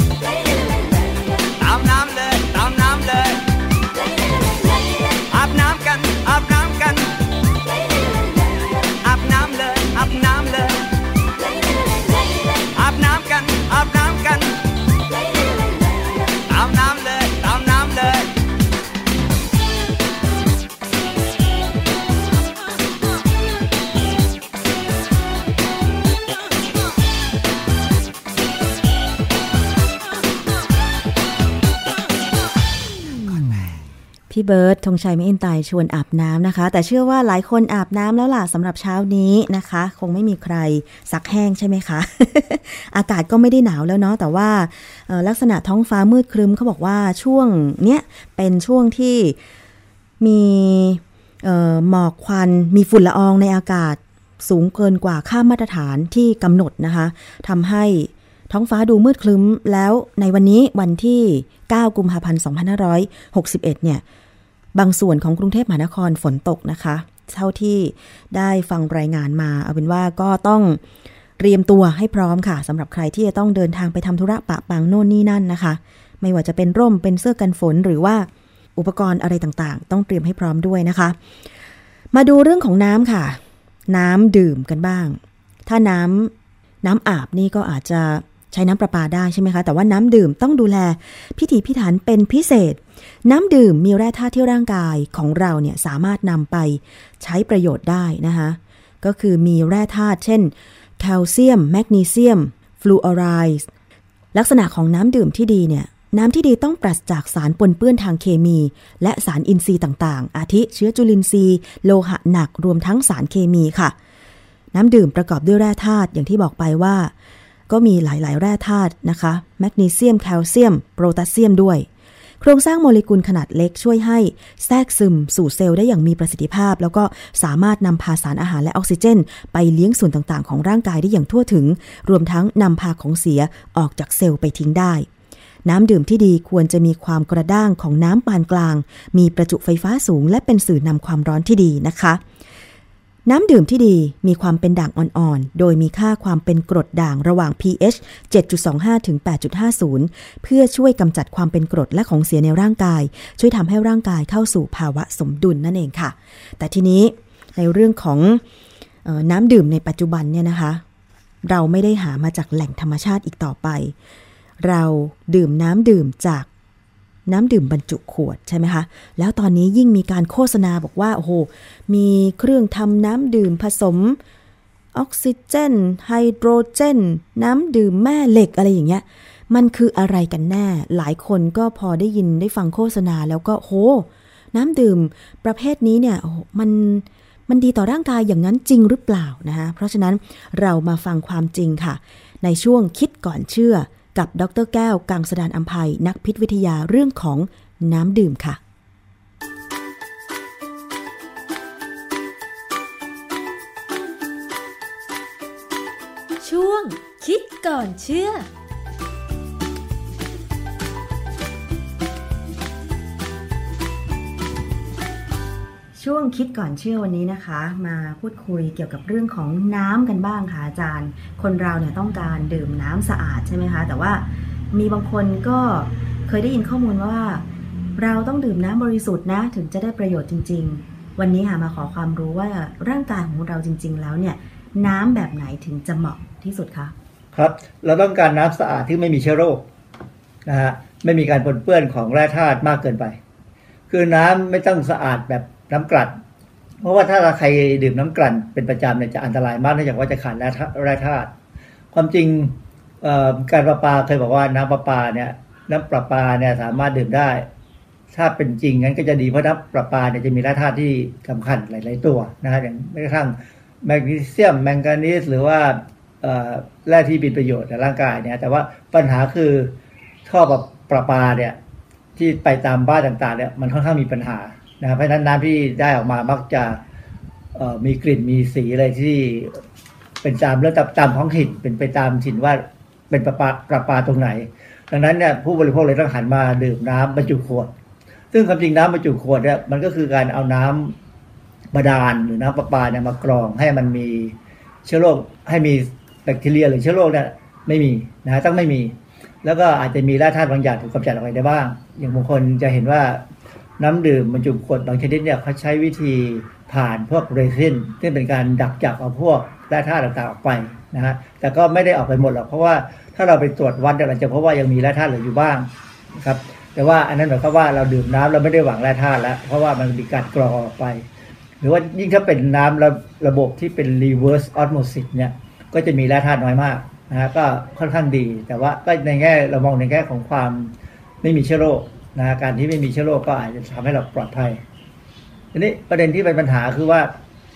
ตามน้ำเลยตามน้ำเลยอาบน้ำกันอาบน้ำกันอาบน้ำเลยอาบน้ำเลยอาบน้ำกันอาบน้ำกันตามน้ำเลยตามน้ำเลยพี่เบิร์ดธงชัย เมอินไตร์ชวนอาบน้ำนะคะแต่เชื่อว่าหลายคนอาบน้ำแล้วล่ะสำหรับเช้านี้นะคะคงไม่มีใครซักแห้งใช่ไหมคะ อากาศก็ไม่ได้หนาวแล้วเนาะแต่ว่าลักษณะท้องฟ้ามืดครึ้มเขาบอกว่าช่วงเนี้ยเป็นช่วงที่มีหมอกควันมีฝุ่นละอองในอากาศสูงเกินกว่าค่ามาตรฐานที่กำหนดนะคะทำให้ท้องฟ้าดูมืดครึ้มแล้วในวันนี้วันที่9กุมภาพันธ์2561เนี่ยบางส่วนของกรุงเทพมหานครฝนตกนะคะเท่าที่ได้ฟังรายงานมาเอาเป็นว่าก็ต้องเตรียมตัวให้พร้อมค่ะสำหรับใครที่จะต้องเดินทางไปทำธุระปะปังโน่นนี่นั่นนะคะไม่ว่าจะเป็นร่มเป็นเสื้อกันฝนหรือว่าอุปกรณ์อะไรต่างๆต้องเตรียมให้พร้อมด้วยนะคะมาดูเรื่องของน้ำค่ะน้ำดื่มกันบ้างถ้าน้ำอาบนี่ก็อาจจะใช้น้ำประปาได้ใช่ไหมคะแต่ว่าน้ำดื่มต้องดูแลพิถีพิถันเป็นพิเศษน้ำดื่มมีแร่ธาตุที่ร่างกายของเราเนี่ยสามารถนำไปใช้ประโยชน์ได้นะคะก็คือมีแร่ธาตุเช่นแคลเซียมแมกนีเซียมฟลูออไรด์ลักษณะของน้ำดื่มที่ดีเนี่ยน้ำที่ดีต้องปราศจากสารปนเปื้อนทางเคมีและสารอินทรีย์ต่างๆอาทิเชื้อจุลินทรีย์โลหะหนักรวมทั้งสารเคมีค่ะน้ำดื่มประกอบด้วยแร่ธาตุอย่างที่บอกไปว่าก็มีหลายๆแร่ธาตุนะคะแมกนีเซียมแคลเซียมโพแทสเซียมด้วยโครงสร้างโมเลกุลขนาดเล็กช่วยให้แทรกซึมสู่เซลล์ได้อย่างมีประสิทธิภาพแล้วก็สามารถนำพาสารอาหารและออกซิเจนไปเลี้ยงส่วนต่างๆของร่างกายได้อย่างทั่วถึงรวมทั้งนำพาของเสียออกจากเซลล์ไปทิ้งได้น้ำดื่มที่ดีควรจะมีความกระด้างของน้ำปานกลางมีประจุไฟฟ้าสูงและเป็นสื่อนำความร้อนที่ดีนะคะน้ำดื่มที่ดีมีความเป็นด่างอ่อนๆโดยมีค่าความเป็นกรดด่างระหว่าง pH 7.25 ถึง 8.50 เพื่อช่วยกำจัดความเป็นกรดและของเสียในร่างกายช่วยทำให้ร่างกายเข้าสู่ภาวะสมดุลนั่นเองค่ะแต่ทีนี้ในเรื่องของน้ำดื่มในปัจจุบันเนี่ยนะคะเราไม่ได้หามาจากแหล่งธรรมชาติอีกต่อไปเราดื่มน้ำดื่มจากน้ำดื่มบรรจุขวดใช่ไหมคะแล้วตอนนี้ยิ่งมีการโฆษณาบอกว่าโอ้โหมีเครื่องทำน้ำดื่มผสมออกซิเจนไฮโดรเจนน้ำดื่มแม่เหล็กอะไรอย่างเงี้ยมันคืออะไรกันแน่หลายคนก็พอได้ยินได้ฟังโฆษณาแล้วก็โหน้ำดื่มประเภทนี้เนี่ยโอ้มันดีต่อร่างกายอย่างนั้นจริงหรือเปล่านะคะเพราะฉะนั้นเรามาฟังความจริงค่ะในช่วงคิดก่อนเชื่อกับดร.แก้วกังสดาลอำไพนักพิษวิทยาเรื่องของน้ำดื่มค่ะช่วงคิดก่อนเชื่อช่วงคิดก่อนเชื่อวันนี้นะคะมาพูดคุยเกี่ยวกับเรื่องของน้ำกันบ้างค่ะอาจารย์คนเราเนี่ยต้องการดื่มน้ำสะอาดใช่ไหมคะแต่ว่ามีบางคนก็เคยได้ยินข้อมูลว่าเราต้องดื่มน้ำบริสุทธิ์นะถึงจะได้ประโยชน์จริงๆวันนี้มาขอความรู้ว่าร่างกายของเราจริงๆแล้วเนี่ยน้ำแบบไหนถึงจะเหมาะที่สุดคะครับเราต้องการน้ำสะอาดที่ไม่มีเชื้อโรคนะฮะไม่มีการปนเปื้อนของแร่ธาตุมากเกินไปคือน้ำไม่ต้องสะอาดแบบน้ำกลั่นเพราะว่าถ้าใครดื่มน้ำกลั่นเป็นประจำเนี่ยจะอันตรายมากเนื่องจากว่าจะขาดแร่ธาตุความจริงการประปาเคยบอกว่าน้ำประปาเนี่ยสามารถดื่มได้ถ้าเป็นจริงงั้นก็จะดีเพราะน้ำประปาเนี่ยจะมีแร่ธาตุที่สำคัญหลายๆตัวนะฮะอย่างแม้กระทั่งแมกนีเซียมแมงกานีสหรือว่าแร่ที่มีประโยชน์ในร่างกายเนี่ยแต่ว่าปัญหาคือท่อประปาเนี่ยที่ไปตามบ้านต่างๆเนี่ยมันค่อนข้างมีปัญหานะเพราะฉะนั้นน้ำที่ได้ออกมามักจะมีกลิ่นมีสีอะไรที่เป็นตามเรื่องตามท้องถิ่นเป็นไปตามถิ่นว่าเป็นประปาตรงไหนดังนั้นเนี่ยผู้บริโภคเลยต้องหันมาดื่มน้ำบรรจุขวดซึ่งความจริงน้ำบรรจุขวดเนี่ยมันก็คือการเอาน้ำบาดาลหรือน้ำประปาเนี่ยมากรองให้มันมีเชื้อโรคให้มีแบคทีเรียหรือเชื้อโรคเนี่ยไม่มีนะต้องไม่มีแล้วก็อาจจะมีแร่ธาตุบางอย่างถูกกำจัดออกไปได้บ้างอย่างบางคนจะเห็นว่าน้ำดื่มบรรจุขวดบางชนิดเนี่ยเขาใช้วิธีผ่านพวกเรซินซึ่งเป็นการดักจับเอาพวกแร่ธาตุต่างๆออกไปนะฮะแต่ก็ไม่ได้ออกไปหมดหรอกเพราะว่าถ้าเราไปตรวจวัดเราจะพบว่ายังมีแร่ธาตุเหลืออยู่บ้างนะครับแต่ว่าอันนั้นหมายความว่าเราดื่มน้ำเราไม่ได้หวังแร่ธาตุแล้วเพราะว่ามันมีการกรองออกไปหรือว่ายิ่งถ้าเป็นน้ำระบบที่เป็น reverse osmosis เนี่ยก็จะมีแร่ธาตุน้อยมากนะฮะก็ค่อนข้างดีแต่ว่าก็ในแง่เรามองในแง่ของความไม่มีเชื้อโรคนะการที่ไม่มีเชื้อโรคก็อาจจะทำให้เราปลอดภัยทีนี้ประเด็นที่เป็นปัญหาคือว่า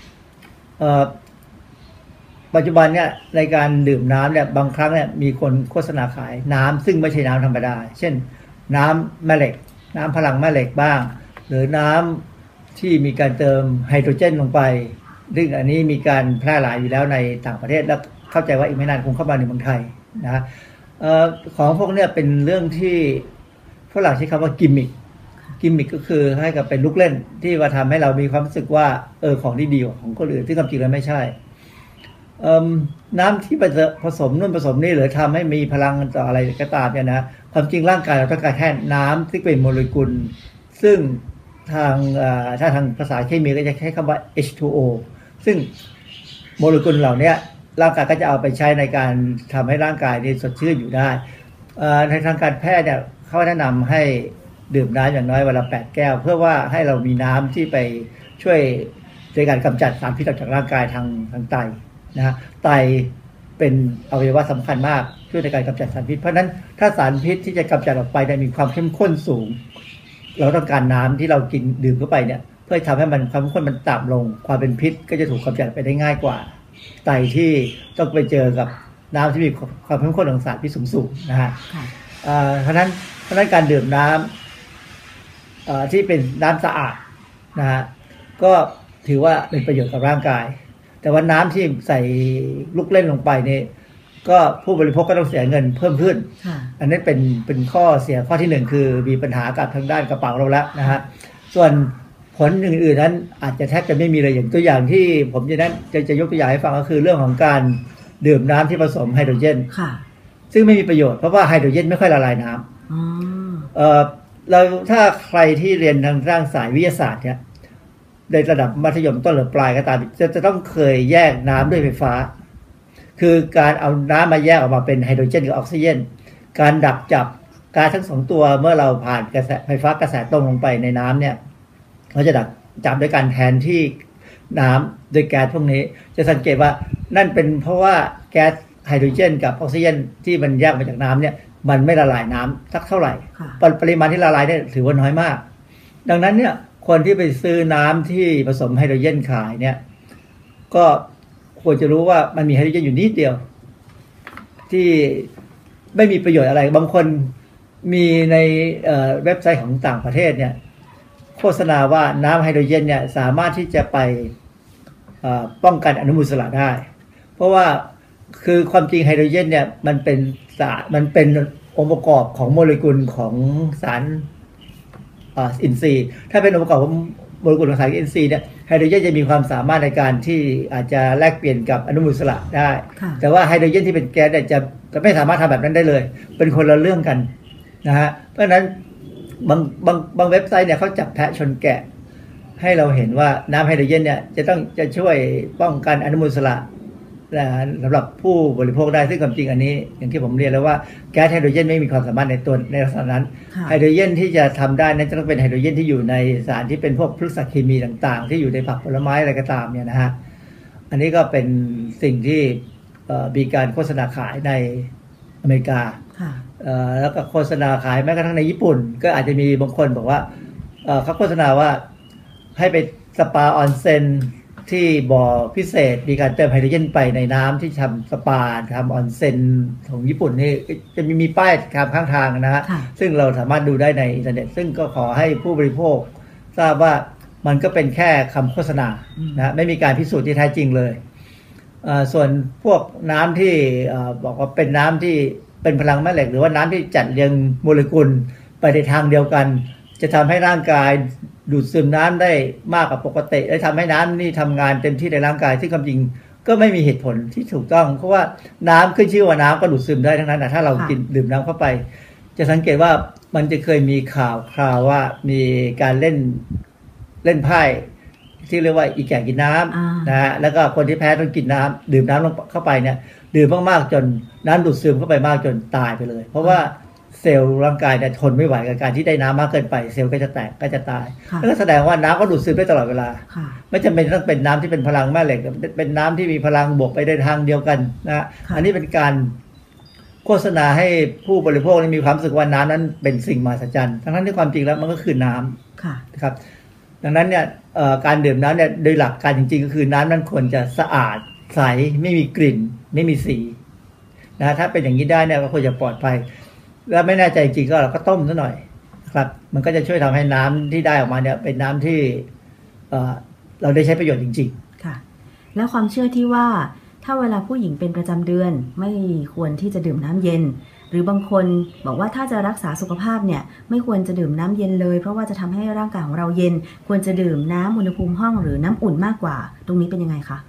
ปัจจุบันเนี่ยในการดื่มน้ำเนี่ยบางครั้งเนี่ยมีคนโฆษณาขายน้ำซึ่งไม่ใช่น้ำธรรมดาเช่นน้ำแม่เหล็กน้ำพลังแม่เหล็กบ้างหรือน้ำที่มีการเติมไฮโดรเจนลงไปซึ่งอันนี้มีการแพร่หลายอยู่แล้วในต่างประเทศและเข้าใจว่าอีกไม่นานคงเข้ามาในเมืองไทยนะของพวกนี้เป็นเรื่องที่ฝรั่งใช้คำว่ากิมมิคก็คือให้กับเป็นลูกเล่นที่มาทำให้เรามีความรู้สึกว่าของที่ดีของคนอื่นที่ความจริงแล้วไม่ใช่น้ำที่ผสมนู่นผสมนี่หรือทำให้มีพลังต่ออะไรก็ตามเนี่ยนะความจริงร่างกายเราต้องการแค่น้ำที่เป็นโมเลกุลซึ่งถ้าทางภาษาเคมีก็จะใช้คำว่า H2O ซึ่งโมเลกุลเหล่านี้ร่างกายก็จะเอาไปใช้ในการทำให้ร่างกายนี่สดชื่นอยู่ได้ในทางการแพทย์เนี่ยเขาแนะนำให้ดื่มน้ำอย่างน้อยวันละ8 แก้วเพื่อว่าให้เรามีน้ำที่ไปช่วยในการกำจัดสารพิษออกจากร่างกายทางไตนะไตเป็นอวัยวะสำคัญมากช่วยในการกำจัดสารพิษเพราะฉะนั้นถ้าสารพิษที่จะกำจัดออกไปมีความเข้มข้นสูงเราต้องการน้ำที่เรากินดื่มเข้าไปเนี่ยเพื่อทำให้มันความเข้มข้นมันต่ำลงความเป็นพิษก็จะถูกกำจัดไปได้ง่ายกว่าไตที่ต้องไปเจอกับน้ำที่มีความเข้มข้นของสารพิษสูงๆนะฮะเพราะฉะนั้นการดื่มน้ำที่เป็นน้ำสะอาดนะฮะก็ถือว่าเป็นประโยชน์กับร่างกายแต่ว่าน้ำที่ใส่ลูกเล่นลงไปนี่ก็ผู้บริโภคก็ต้องเสียเงินเพิ่มขึ้นอันนี้เป็นข้อเสียข้อที่1คือมีปัญหากับทางด้านกระเป๋าเราแล้วนะฮะส่วนผลอื่นๆนั้นอาจจะแทบจะไม่มีเลยอย่างตัวอย่างที่ผมจะยกตัวอย่างให้ฟังก็คือเรื่องของการดื่มน้ำที่ผสมไฮโดรเจนซึ่งไม่มีประโยชน์เพราะว่าไฮโดรเจนไม่ค่อยละลายน้ำเราถ้าใครที่เรียนทางด้านสายวิทยาศาสตร์เนี่ยในระดับมัธยมต้นหรือปลายก็ตามจะต้องเคยแยกน้ำด้วยไฟฟ้าคือการเอาน้ำมาแยกออกมาเป็นไฮโดรเจนกับออกซิเจนการดับจับก๊าซทั้ง2ตัวเมื่อเราผ่านกระแสไฟฟ้ากระแสตรงลงไปในน้ำเนี่ยเขาจะดับจับด้วยการแทนที่น้ำโดยแก๊สพวกนี้จะสังเกตว่านั่นเป็นเพราะว่าแก๊สไฮโดรเจนกับออกซิเจนที่มันแยกมาจากน้ำเนี่ยมันไม่ละลายน้ำสักเท่าไหร่ปริมาณที่ละลายเนี่ยถือว่าน้อยมากดังนั้นเนี่ยคนที่ไปซื้อน้ำที่ผสมไฮโดรเจนขายเนี่ยก็ควรจะรู้ว่ามันมีไฮโดรเจนอยู่นิดเดียวที่ไม่มีประโยชน์อะไรบางคนมีในเว็บไซต์ของต่างประเทศเนี่ยโฆษณาว่าน้ำไฮโดรเจนเนี่ยสามารถที่จะไปป้องกันอนุมูลอิสระได้เพราะว่าคือความจริงไฮโดรเจนเนี่ยมันเป็นองค์ประกอบของโมเลกุลของสารอินทรีย์ถ้าเป็นองค์ประกอบของโมเลกุลของสารอินทรีย์เนี่ยไฮโดรเจนจะมีความสามารถในการที่อาจจะแลกเปลี่ยนกับอนุมูลอิสระได้แต่ว่าไฮโดรเจนที่เป็นแก๊สเนี่ยจะไม่สามารถทำแบบนั้นได้เลยเป็นคนละเรื่องกันนะฮะเพราะฉะนั้นบางเว็บไซต์เนี่ยเขาจับแพะชนแกะให้เราเห็นว่าน้ำไฮโดรเจนเนี่ยจะช่วยป้องกันอนุมูลอิสระสำหรับผู้บริโภคได้ซึ่งความจริงอันนี้อย่างที่ผมเรียนแล้วว่าแก๊สไฮโดรเจนไม่มีความสามารถในลักษณะนั้นไฮโดรเจนที่จะทำได้นั้นจะต้องเป็นไฮโดรเจนที่อยู่ในสารที่เป็นพวกพฤกษเคมีต่างๆที่อยู่ในผักผลไม้อะไรก็ตามเนี่ยนะฮะอันนี้ก็เป็นสิ่งที่มีการโฆษณาขายในอเมริกาแล้วก็โฆษณาขายแม้กระทั่งในญี่ปุ่นก็อาจจะมีบางคนบอกว่าเขาโฆษณาว่าให้ไปสปาออนเซ็นที่บ่อพิเศษมีการเติมไฮโดรเจนไปในน้ำที่ทำสปาทำออนเซ็นของญี่ปุ่นนี่จะมีป้ายข้างทางนะฮะซึ่งเราสามารถดูได้ในอินเทอร์เน็ตซึ่งก็ขอให้ผู้บริโภคทราบว่ามันก็เป็นแค่คำโฆษณานะไม่มีการพิสูจน์ที่แท้จริงเลยส่วนพวกน้ำที่บอกว่าเป็นน้ำที่เป็นพลังแม่เหล็กหรือว่าน้ำที่จัดเรียงโมเลกุลไปในทางเดียวกันจะทำให้ร่างกายดูดซึมน้ำได้มากกว่าปกติและทำให้น้ำนี่ทำงานเต็มที่ในร่างกายซึ่งความจริงก็ไม่มีเหตุผลที่ถูกต้องเพราะว่าน้ำขึ้นชื่อว่าน้ำก็ดูดซึมได้ทั้งนั้นนะถ้าเรากินดื่มน้ำเข้าไปจะสังเกตว่ามันจะเคยมีข่าวว่ามีการเล่นไพ่ที่เรียกว่าอีแก่กินน้ำนะฮะแล้วก็คนที่แพ้ต้องกินน้ำดื่มน้ำลงเข้าไปเนี่ยดื่มมากๆจนน้ำดูดซึมเข้าไปมากจนตายไปเลยเพราะว่าเซลล์ร่างกายเนี่ยทนไม่ไหวกับการที่ได้น้ำมากเกินไปเซลล์ก็จะแตกก็จะตายแล้วก็แสดงว่าน้ำก็ดูดซึมได้ตลอดเวลาไม่จำเป็นต้องเป็นน้ำที่เป็นพลังแม่เหล็กเป็นน้ำที่มีพลังบวกไปในทางเดียวกันนะอันนี้เป็นการโฆษณาให้ผู้บริโภคมีความรู้สึกว่าน้ำนั้นเป็นสิ่งมหัศจรรย์ทั้งที่ความจริงแล้วมันก็คือน้ำนะครับดังนั้นเนี่ยการดื่มน้ำเนี่ยโดยหลักการจริงๆก็คือน้ำนั้นควรจะสะอาดใสไม่มีกลิ่นไม่มีสีนะถ้าเป็นอย่างนี้ได้เนี่ยก็ควรจะปลอดภัยแล้วไม่แน่ใจจริงก็เราก็ต้มซะหน่อยครับมันก็จะช่วยทำให้น้ำที่ได้ออกมาเนี่ยเป็นน้ำที่เราได้ใช้ประโยชน์จริงๆค่ะแล้วความเชื่อที่ว่าถ้าเวลาผู้หญิงเป็นประจำเดือนไม่ควรที่จะดื่มน้ำเย็นหรือบางคนบอกว่าถ้าจะรักษาสุขภาพเนี่ยไม่ควรจะดื่มน้ำเย็นเลยเพราะว่าจะทำให้ร่างกายของเราเย็นควรจะดื่มน้ำอุณหภูมิห้องหรือน้ำอุ่นมากกว่าตรงนี้เป็นยังไงคะ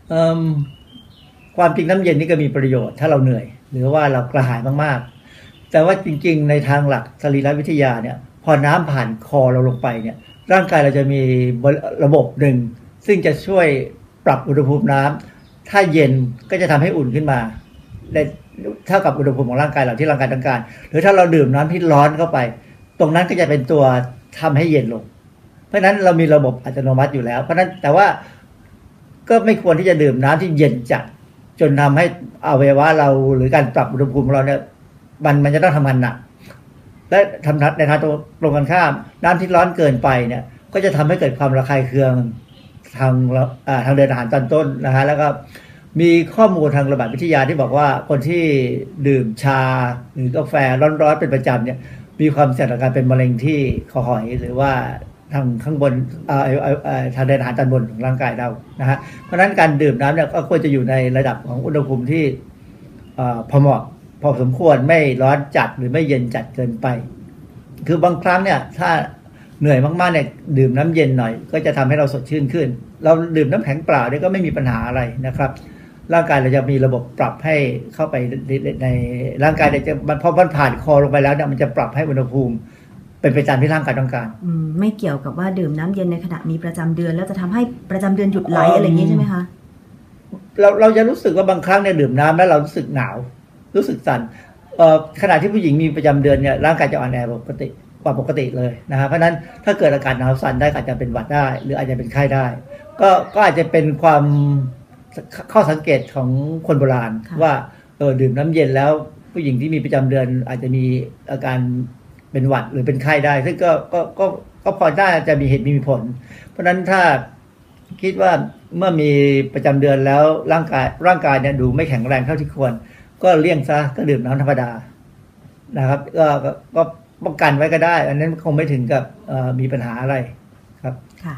ความจริงน้ำเย็นนี่ก็มีประโยชน์ถ้าเราเหนื่อยหรือว่าเรากระหายมากๆแต่ว่าจริงๆในทางหลักสรีรวิทยาเนี่ยพอน้ำผ่านคอเราลงไปเนี่ยร่างกายเราจะมีระบบหนึ่งซึ่งจะช่วยปรับอุณหภูมิน้ำถ้าเย็นก็จะทำให้อุ่นขึ้นมาได้เท่ากับอุณหภูมิของร่างกายเราที่ร่างกายต้องการหรือถ้าเราดื่มน้ำที่ร้อนเข้าไปตรงนั้นก็จะเป็นตัวทำให้เย็นลงเพราะฉะนั้นเรามีระบบอัตโนมัติอยู่แล้วเพราะฉะนั้นแต่ว่าก็ไม่ควรที่จะดื่มน้ำที่เย็นจัดจนทำให้อวัยวะเราหรือการปรับอุณหภูมิของเราเนี่ยมันจะต้องทำงานหนักและทำในทางตรงกันข้ามน้ำที่ร้อนเกินไปเนี่ยก็จะทำให้เกิดความระคายเคืองทางเดินอาหารตอนต้นนะฮะแล้วก็มีข้อมูลทางระบาดวิทยาที่บอกว่าคนที่ดื่มชาหรือกาแฟร้อนๆเป็นประจำเนี่ยมีความเสี่ยงต่อการเป็นมะเร็งที่คอหอยหรือว่าทางข้างบนทางเดินอาหารตอนบนของร่างกายเรานะฮะเพราะฉะนั้นการดื่มน้ำเนี่ยก็ควรจะอยู่ในระดับของอุณหภูมิที่พอเหมาะพอสมควรไม่ร้อนจัดหรือไม่เย็นจัดเกินไปคือบางครั้งเนี่ยถ้าเหนื่อยมากๆเนี่ยดื่มน้ำเย็นหน่อยก็จะทำให้เราสดชื่นขึ้นเราดื่มน้ำแข็งเปล่าเนี่ยก็ไม่มีปัญหาอะไรนะครับร่างกายเราจะมีระบบปรับให้เข้าไปในร่างกายเนี่ยจะพอมันผ่านคอลงไปแล้วเนี่ยมันจะปรับให้อุณหภูมิเป็นไปตามที่ร่างกายต้องการไม่เกี่ยวกับว่าดื่มน้ำเย็นในขณะมีประจำเดือนแล้วจะทำให้ประจำเดือนหยุดไหลอะไรอย่างนี้ใช่ไหมคะเราจะรู้สึกว่าบางครั้งเนี่ยดื่มน้ำแล้วเรารู้สึกหนาวรู้สึกสั่นขณะที่ผู้หญิงมีประจำเดือนเนี่ยร่างกายจะอ่อนแอปกติเลยนะครับเพราะฉะนั้นถ้าเกิดอาการหนาวสั่นได้อาจจะเป็นหวัดได้หรืออาจจะเป็นไข้ได้ก็อาจจะเป็นความข้อสังเกตของคนโบราณว่าดื่มน้ำเย็นแล้วผู้หญิงที่มีประจำเดือนอาจจะมีอาการเป็นหวัดหรือเป็นไข้ได้ซึ่งก็พอได้จะมีเหตุมีผลเพราะฉะนั้นถ้าคิดว่าเมื่อมีประจำเดือนแล้วร่างกายเนี่ยดูไม่แข็งแรงเท่าที่ควรก็เลี่ยงซะก็ดื่มน้ำธรรมดานะครับก็ป้องกันไว้ก็ได้อันนั้นคงไม่ถึงกับมีปัญหาอะไรครับค่ะ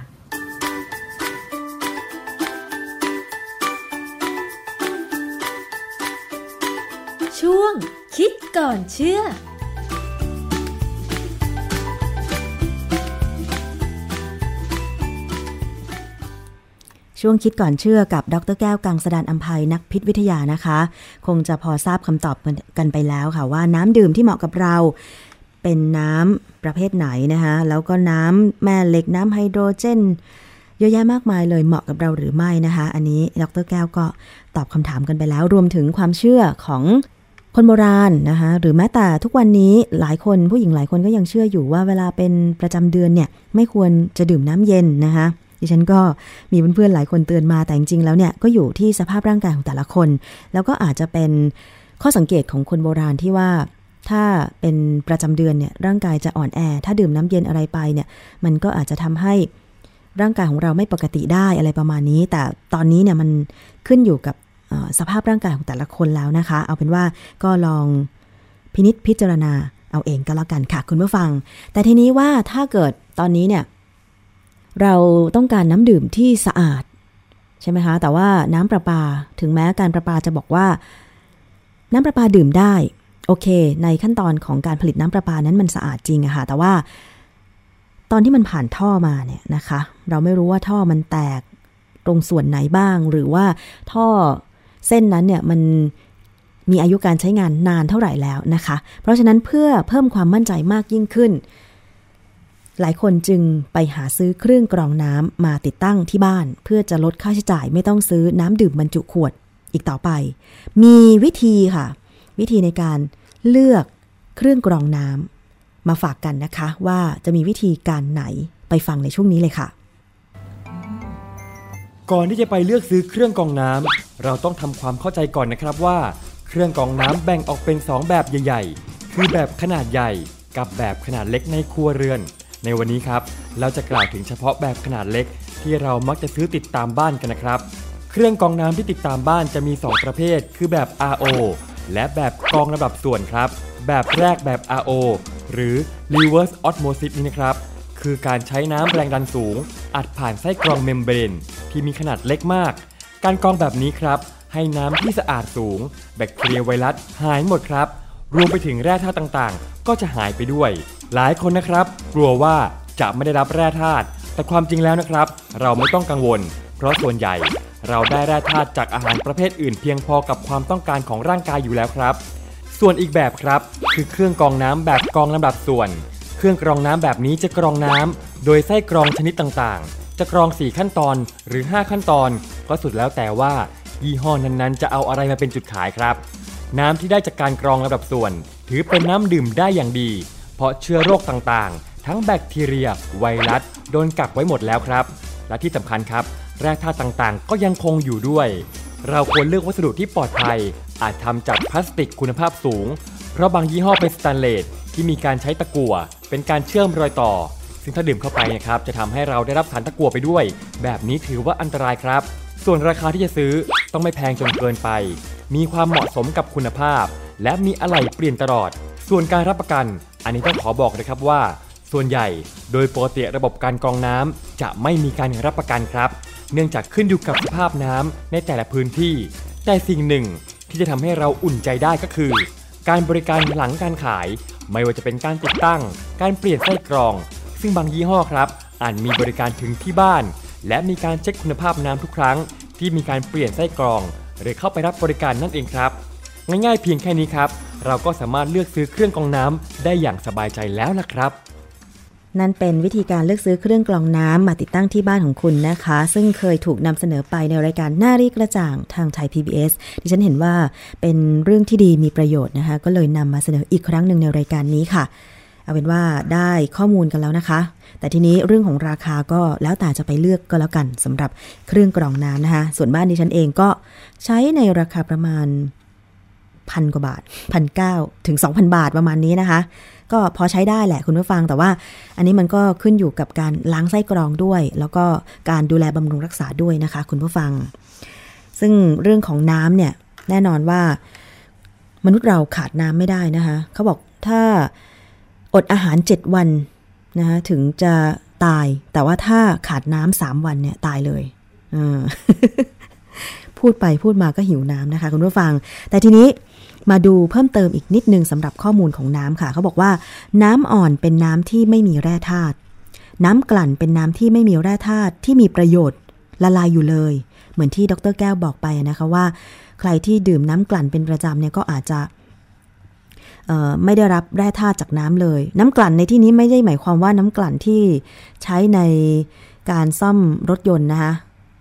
ช่วงคิดก่อนเชื่อช่วงคิดก่อนเชื่อกับดร.แก้วกังสดาลอำไพนักพิษวิทยานะคะคงจะพอทราบคำตอบกันไปแล้วค่ะว่าน้ำดื่มที่เหมาะกับเราเป็นน้ำประเภทไหนนะคะแล้วก็น้ำแม่เหล็กน้ำไฮโดรเจนเยอะแยะมากมายเลยเหมาะกับเราหรือไม่นะคะอันนี้ดร.แก้วก็ตอบคำถามกันไปแล้วรวมถึงความเชื่อของคนโบราณนะคะหรือแม้แต่ทุกวันนี้หลายคนผู้หญิงหลายคนก็ยังเชื่ออยู่ว่าเวลาเป็นประจำเดือนเนี่ยไม่ควรจะดื่มน้ำเย็นนะคะดิฉันก็มีเพื่อนๆหลายคนเตือนมาแต่จริงๆแล้วเนี่ยก็อยู่ที่สภาพร่างกายของแต่ละคนแล้วก็อาจจะเป็นข้อสังเกตของคนโบราณที่ว่าถ้าเป็นประจำเดือนเนี่ยร่างกายจะอ่อนแอถ้าดื่มน้ำเย็นอะไรไปเนี่ยมันก็อาจจะทำให้ร่างกายของเราไม่ปกติได้อะไรประมาณนี้แต่ตอนนี้เนี่ยมันขึ้นอยู่กับสภาพร่างกายของแต่ละคนแล้วนะคะเอาเป็นว่าก็ลองพินิจพิจารณาเอาเองก็แล้วกันค่ะคุณผู้ฟังแต่ทีนี้ว่าถ้าเกิดตอนนี้เนี่ยเราต้องการน้ำดื่มที่สะอาดใช่ไหมคะแต่ว่าน้ำประปาถึงแม้การประปาจะบอกว่าน้ำประปาดื่มได้โอเคในขั้นตอนของการผลิตน้ำประปานั้นมันสะอาดจริงอะค่ะแต่ว่าตอนที่มันผ่านท่อมาเนี่ยนะคะเราไม่รู้ว่าท่อมันแตกตรงส่วนไหนบ้างหรือว่าท่อเส้นนั้นเนี่ยมันมีอายุการใช้งานนานเท่าไหร่แล้วนะคะเพราะฉะนั้นเพื่อเพิ่มความมั่นใจมากยิ่งขึ้นหลายคนจึงไปหาซื้อเครื่องกรองน้ำมาติดตั้งที่บ้านเพื่อจะลดค่าใช้จ่ายไม่ต้องซื้อน้ำดื่มบรรจุขวดอีกต่อไปมีวิธีค่ะวิธีในการเลือกเครื่องกรองน้ำมาฝากกันนะคะว่าจะมีวิธีการไหนไปฟังในช่วงนี้เลยค่ะก่อนที่จะไปเลือกซื้อเครื่องกรองน้ำเราต้องทำความเข้าใจก่อนนะครับว่าเคเครื่องกรองน้ำแบ่งออกเป็น2แบบใหญ่ๆคือแบบขนาดใหญ่กับแบบขนาดเล็กในครัวเรือนในวันนี้ครับเราจะกล่าวถึงเฉพาะแบบขนาดเล็กที่เรามักจะซื้อติดตามบ้านกันนะครับเครื่องกรองน้ำที่ติดตามบ้านจะมี2ประเภทคือแบบ RO และแบบกรองระดับส่วนครับแบบแรกแบบ RO หรือ Reverse Osmosis นี้นะครับคือการใช้น้ำแรงดันสูงอัดผ่านไส้กรองเมมเบรนที่มีขนาดเล็กมากการกรองแบบนี้ครับให้น้ำที่สะอาดสูงแบคทีเรียไวรัสหายหมดครับรวมไปถึงแร่ธาตุต่างๆก็จะหายไปด้วยหลายคนนะครับกลัวว่าจะไม่ได้รับแร่ธาตุแต่ความจริงแล้วนะครับเราไม่ต้องกังวลเพราะส่วนใหญ่เราได้แร่ธาตุจากอาหารประเภทอื่นเพียงพอกับความต้องการของร่างกายอยู่แล้วครับส่วนอีกแบบครับคือเครื่องกรองน้ำแบบกรองลำดับส่วนเครื่องกรองน้ำแบบนี้จะกรองน้ำโดยไส้กรองชนิดต่างๆจะกรอง4ขั้นตอนหรือ5ขั้นตอนก็สุดแล้วแต่ว่ายี่ห้อนั้นๆจะเอาอะไรมาเป็นจุดขายครับน้ำที่ได้จากการกรองลำดับส่วนถือเป็นน้ำดื่มได้อย่างดีเพราะเชื้อโรคต่างๆทั้งแบคทีเรียไวรัสโดนกักไว้หมดแล้วครับและที่สำคัญครับแร่ธาตุต่างๆก็ยังคงอยู่ด้วยเราควรเลือกวัสดุที่ปลอดภัยอาจทำจากพลาสติกคุณภาพสูงเพราะบางยี่ห้อเป็นสแตนเลสที่มีการใช้ตะกั่วเป็นการเชื่อมรอยต่อซึ่งถ้าดื่มเข้าไปนะครับจะทำให้เราได้รับสารตะกั่วไปด้วยแบบนี้ถือว่าอันตรายครับส่วนราคาที่จะซื้อต้องไม่แพงจนเกินไปมีความเหมาะสมกับคุณภาพและมีอะไหล่เปลี่ยนตลอดส่วนการรับประกันอันนี้ต้องขอบอกเลยครับว่าส่วนใหญ่โดยปกติระบบการกรองน้ำจะไม่มีการรับประกันครับเนื่องจากขึ้นอยู่กับสภาพน้ำในแต่ละพื้นที่แต่สิ่งหนึ่งที่จะทำให้เราอุ่นใจได้ก็คือการบริการหลังการขายไม่ว่าจะเป็นการติดตั้งการเปลี่ยนไส้กรองซึ่งบางยี่ห้อครับอาจมีบริการถึงที่บ้านและมีการเช็คคุณภาพน้ำทุกครั้งที่มีการเปลี่ยนไส้กรองหรือเข้าไปรับบริการนั่นเองครับง่ายๆเพียงแค่นี้ครับเราก็สามารถเลือกซื้อเครื่องกรองน้ำได้อย่างสบายใจแล้วล่ะครับนั่นเป็นวิธีการเลือกซื้อเครื่องกรองน้ำมาติดตั้งที่บ้านของคุณนะคะซึ่งเคยถูกนำเสนอไปในรายการหน้ารีกระจ่างทางไทย PBS ดิฉันเห็นว่าเป็นเรื่องที่ดีมีประโยชน์นะคะก็เลยนำมาเสนออีกครั้งหนึ่งในรายการนี้ค่ะเอาเป็นว่าได้ข้อมูลกันแล้วนะคะแต่ทีนี้เรื่องของราคาก็แล้วแต่จะไปเลือกก็แล้วกันสำหรับเครื่องกรองน้ำนะคะส่วนบ้านดิฉันเองก็ใช้ในราคาประมาณ1,000 กว่าบาท 1,900 ถึง 2,000 บาทประมาณนี้นะคะก็พอใช้ได้แหละคุณผู้ฟังแต่ว่าอันนี้มันก็ขึ้นอยู่กับการล้างไส้กรองด้วยแล้วก็การดูแลบำรุงรักษาด้วยนะคะคุณผู้ฟังซึ่งเรื่องของน้ำเนี่ยแน่นอนว่ามนุษย์เราขาดน้ำไม่ได้นะคะเขาบอกถ้าอดอาหาร7วันนะคะถึงจะตายแต่ว่าถ้าขาดน้ำ3วันเนี่ยตายเลย พูดไปพูดมาก็หิวน้ำนะคะคุณผู้ฟังแต่ทีนี้มาดูเพิ่มเติมอีกนิดนึงสำหรับข้อมูลของน้ำค่ะเขาบอกว่าน้ำอ่อนเป็นน้ำที่ไม่มีแร่ธาตุน้ำกลั่นเป็นน้ำที่ไม่มีแร่ธาตุที่มีประโยชน์ละลายอยู่เลยเหมือนที่ดร.แก้วบอกไปนะคะว่าใครที่ดื่มน้ำกลั่นเป็นประจำเนี่ยก็อาจจะไม่ได้รับแร่ธาตุจากน้ำเลยน้ำกลั่นในที่นี้ไม่ได้หมายความว่าน้ำกลั่นที่ใช้ในการซ่อมรถยนต์นะคะ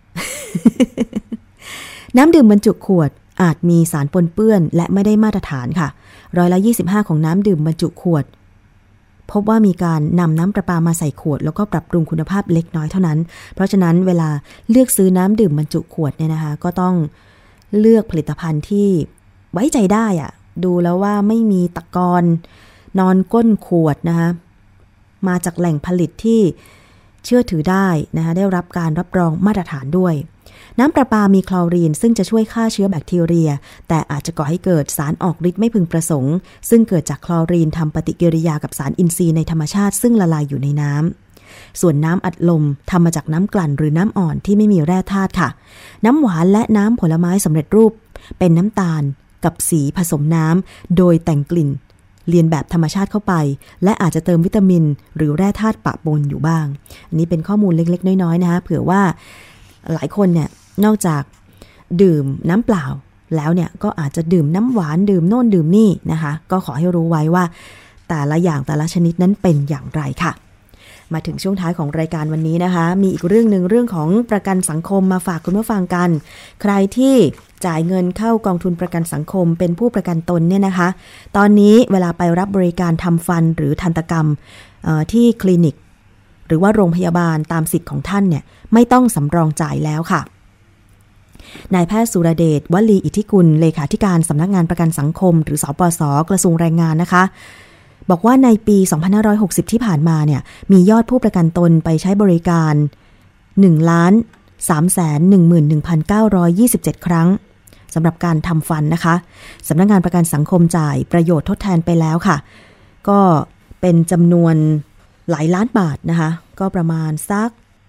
น้ำดื่มบรรจุขวดอาจมีสารปนเปื้อนและไม่ได้มาตรฐานค่ะ25%ของน้ำดื่มบรรจุขวดพบว่ามีการนำน้ำประปามาใส่ขวดแล้วก็ปรับปรุงคุณภาพเล็กน้อยเท่านั้นเพราะฉะนั้นเวลาเลือกซื้อน้ำดื่มบรรจุขวดเนี่ยนะคะก็ต้องเลือกผลิตภัณฑ์ที่ไว้ใจได้อะดูแล้วว่าไม่มีตะกอนนอนก้นขวดนะคะมาจากแหล่งผลิตที่เชื่อถือได้นะคะได้รับการรับรองมาตรฐานด้วยน้ำประปามีคลอรีนซึ่งจะช่วยฆ่าเชื้อแบคทีเรียแต่อาจจะก่อให้เกิดสารออกฤทธิ์ไม่พึงประสงค์ซึ่งเกิดจากคลอรีนทำปฏิกิริยากับสารอินทรีย์ในธรรมชาติซึ่งละลายอยู่ในน้ำส่วนน้ำอัดลมทำมาจากน้ำกลั่นหรือน้ำอ่อนที่ไม่มีแร่ธาตุค่ะน้ำหวานและน้ำผลไม้สำเร็จรูปเป็นน้ำตาลกับสีผสมน้ำโดยแต่งกลิ่นเลียนแบบธรรมชาติเข้าไปและอาจจะเติมวิตามินหรือแร่ธาตุปะปนอยู่บ้างอันนี้เป็นข้อมูลเล็กๆน้อยๆนะคะเผื่อว่าหลายคนเนี่ยนอกจากดื่มน้ำเปล่าแล้วเนี่ยก็อาจจะดื่มน้ำหวานดื่มโน่นดื่มนี่นะคะก็ขอให้รู้ไว้ว่าแต่ละอย่างแต่ละชนิดนั้นเป็นอย่างไรค่ะมาถึงช่วงท้ายของรายการวันนี้นะคะมีอีกเรื่องนึงเรื่องของประกันสังคมมาฝากคุณผู้ฟังกันใครที่จ่ายเงินเข้ากองทุนประกันสังคมเป็นผู้ประกันตนเนี่ยนะคะตอนนี้เวลาไปรับบริการทำฟันหรือทันตกรรมที่คลินิกหรือว่าโรงพยาบาลตามสิทธิ์ของท่านเนี่ยไม่ต้องสำรองจ่ายแล้วค่ะนายแพทย์สุรเดชวลีอิทธิกุลเลขาธิการสำนักงานประกันสังคมหรือสปส.กระทรวงแรงงานนะคะบอกว่าในปี2560ที่ผ่านมาเนี่ยมียอดผู้ประกันตนไปใช้บริการ 1,311,927 ครั้งสำหรับการทำฟันนะคะสำนักงานประกันสังคมจ่ายประโยชน์ทดแทนไปแล้วค่ะก็เป็นจำนวนหลายล้านบาทนะคะก็ประมาณสัก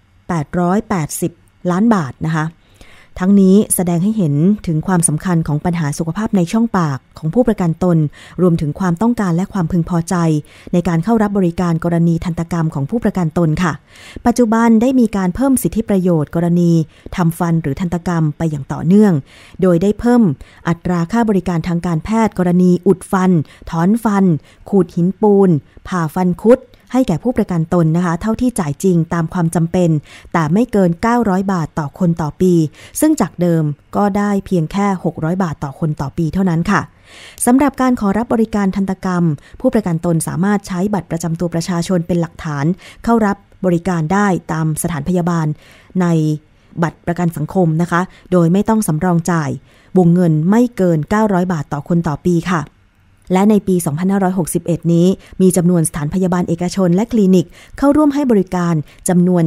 880ล้านบาทนะคะทั้งนี้แสดงให้เห็นถึงความสำคัญของปัญหาสุขภาพในช่องปากของผู้ประกันตนรวมถึงความต้องการและความพึงพอใจในการเข้ารับบริการกรณีทันตกรรมของผู้ประกันตนค่ะปัจจุบันได้มีการเพิ่มสิทธิประโยชน์กรณีทำฟันหรือทันตกรรมไปอย่างต่อเนื่องโดยได้เพิ่มอัตราค่าบริการทางการแพทย์กรณีอุดฟันถอนฟันขูดหินปูนผ่าฟันคุดให้แก่ผู้ประกันตนนะคะเท่าที่จ่ายจริงตามความจำเป็นแต่ไม่เกิน900บาทต่อคนต่อปีซึ่งจากเดิมก็ได้เพียงแค่600บาทต่อคนต่อปีเท่านั้นค่ะสำหรับการขอรับบริการทันตกรรมผู้ประกันตนสามารถใช้บัตรประจำตัวประชาชนเป็นหลักฐานเข้ารับบริการได้ตามสถานพยาบาลในบัตรประกันสังคมนะคะโดยไม่ต้องสำรองจ่ายวงเงินไม่เกิน900บาทต่อคนต่อปีค่ะและในปี 2561 นี้มีจำนวนสถานพยาบาลเอกชนและคลินิกเข้าร่วมให้บริการจำนวน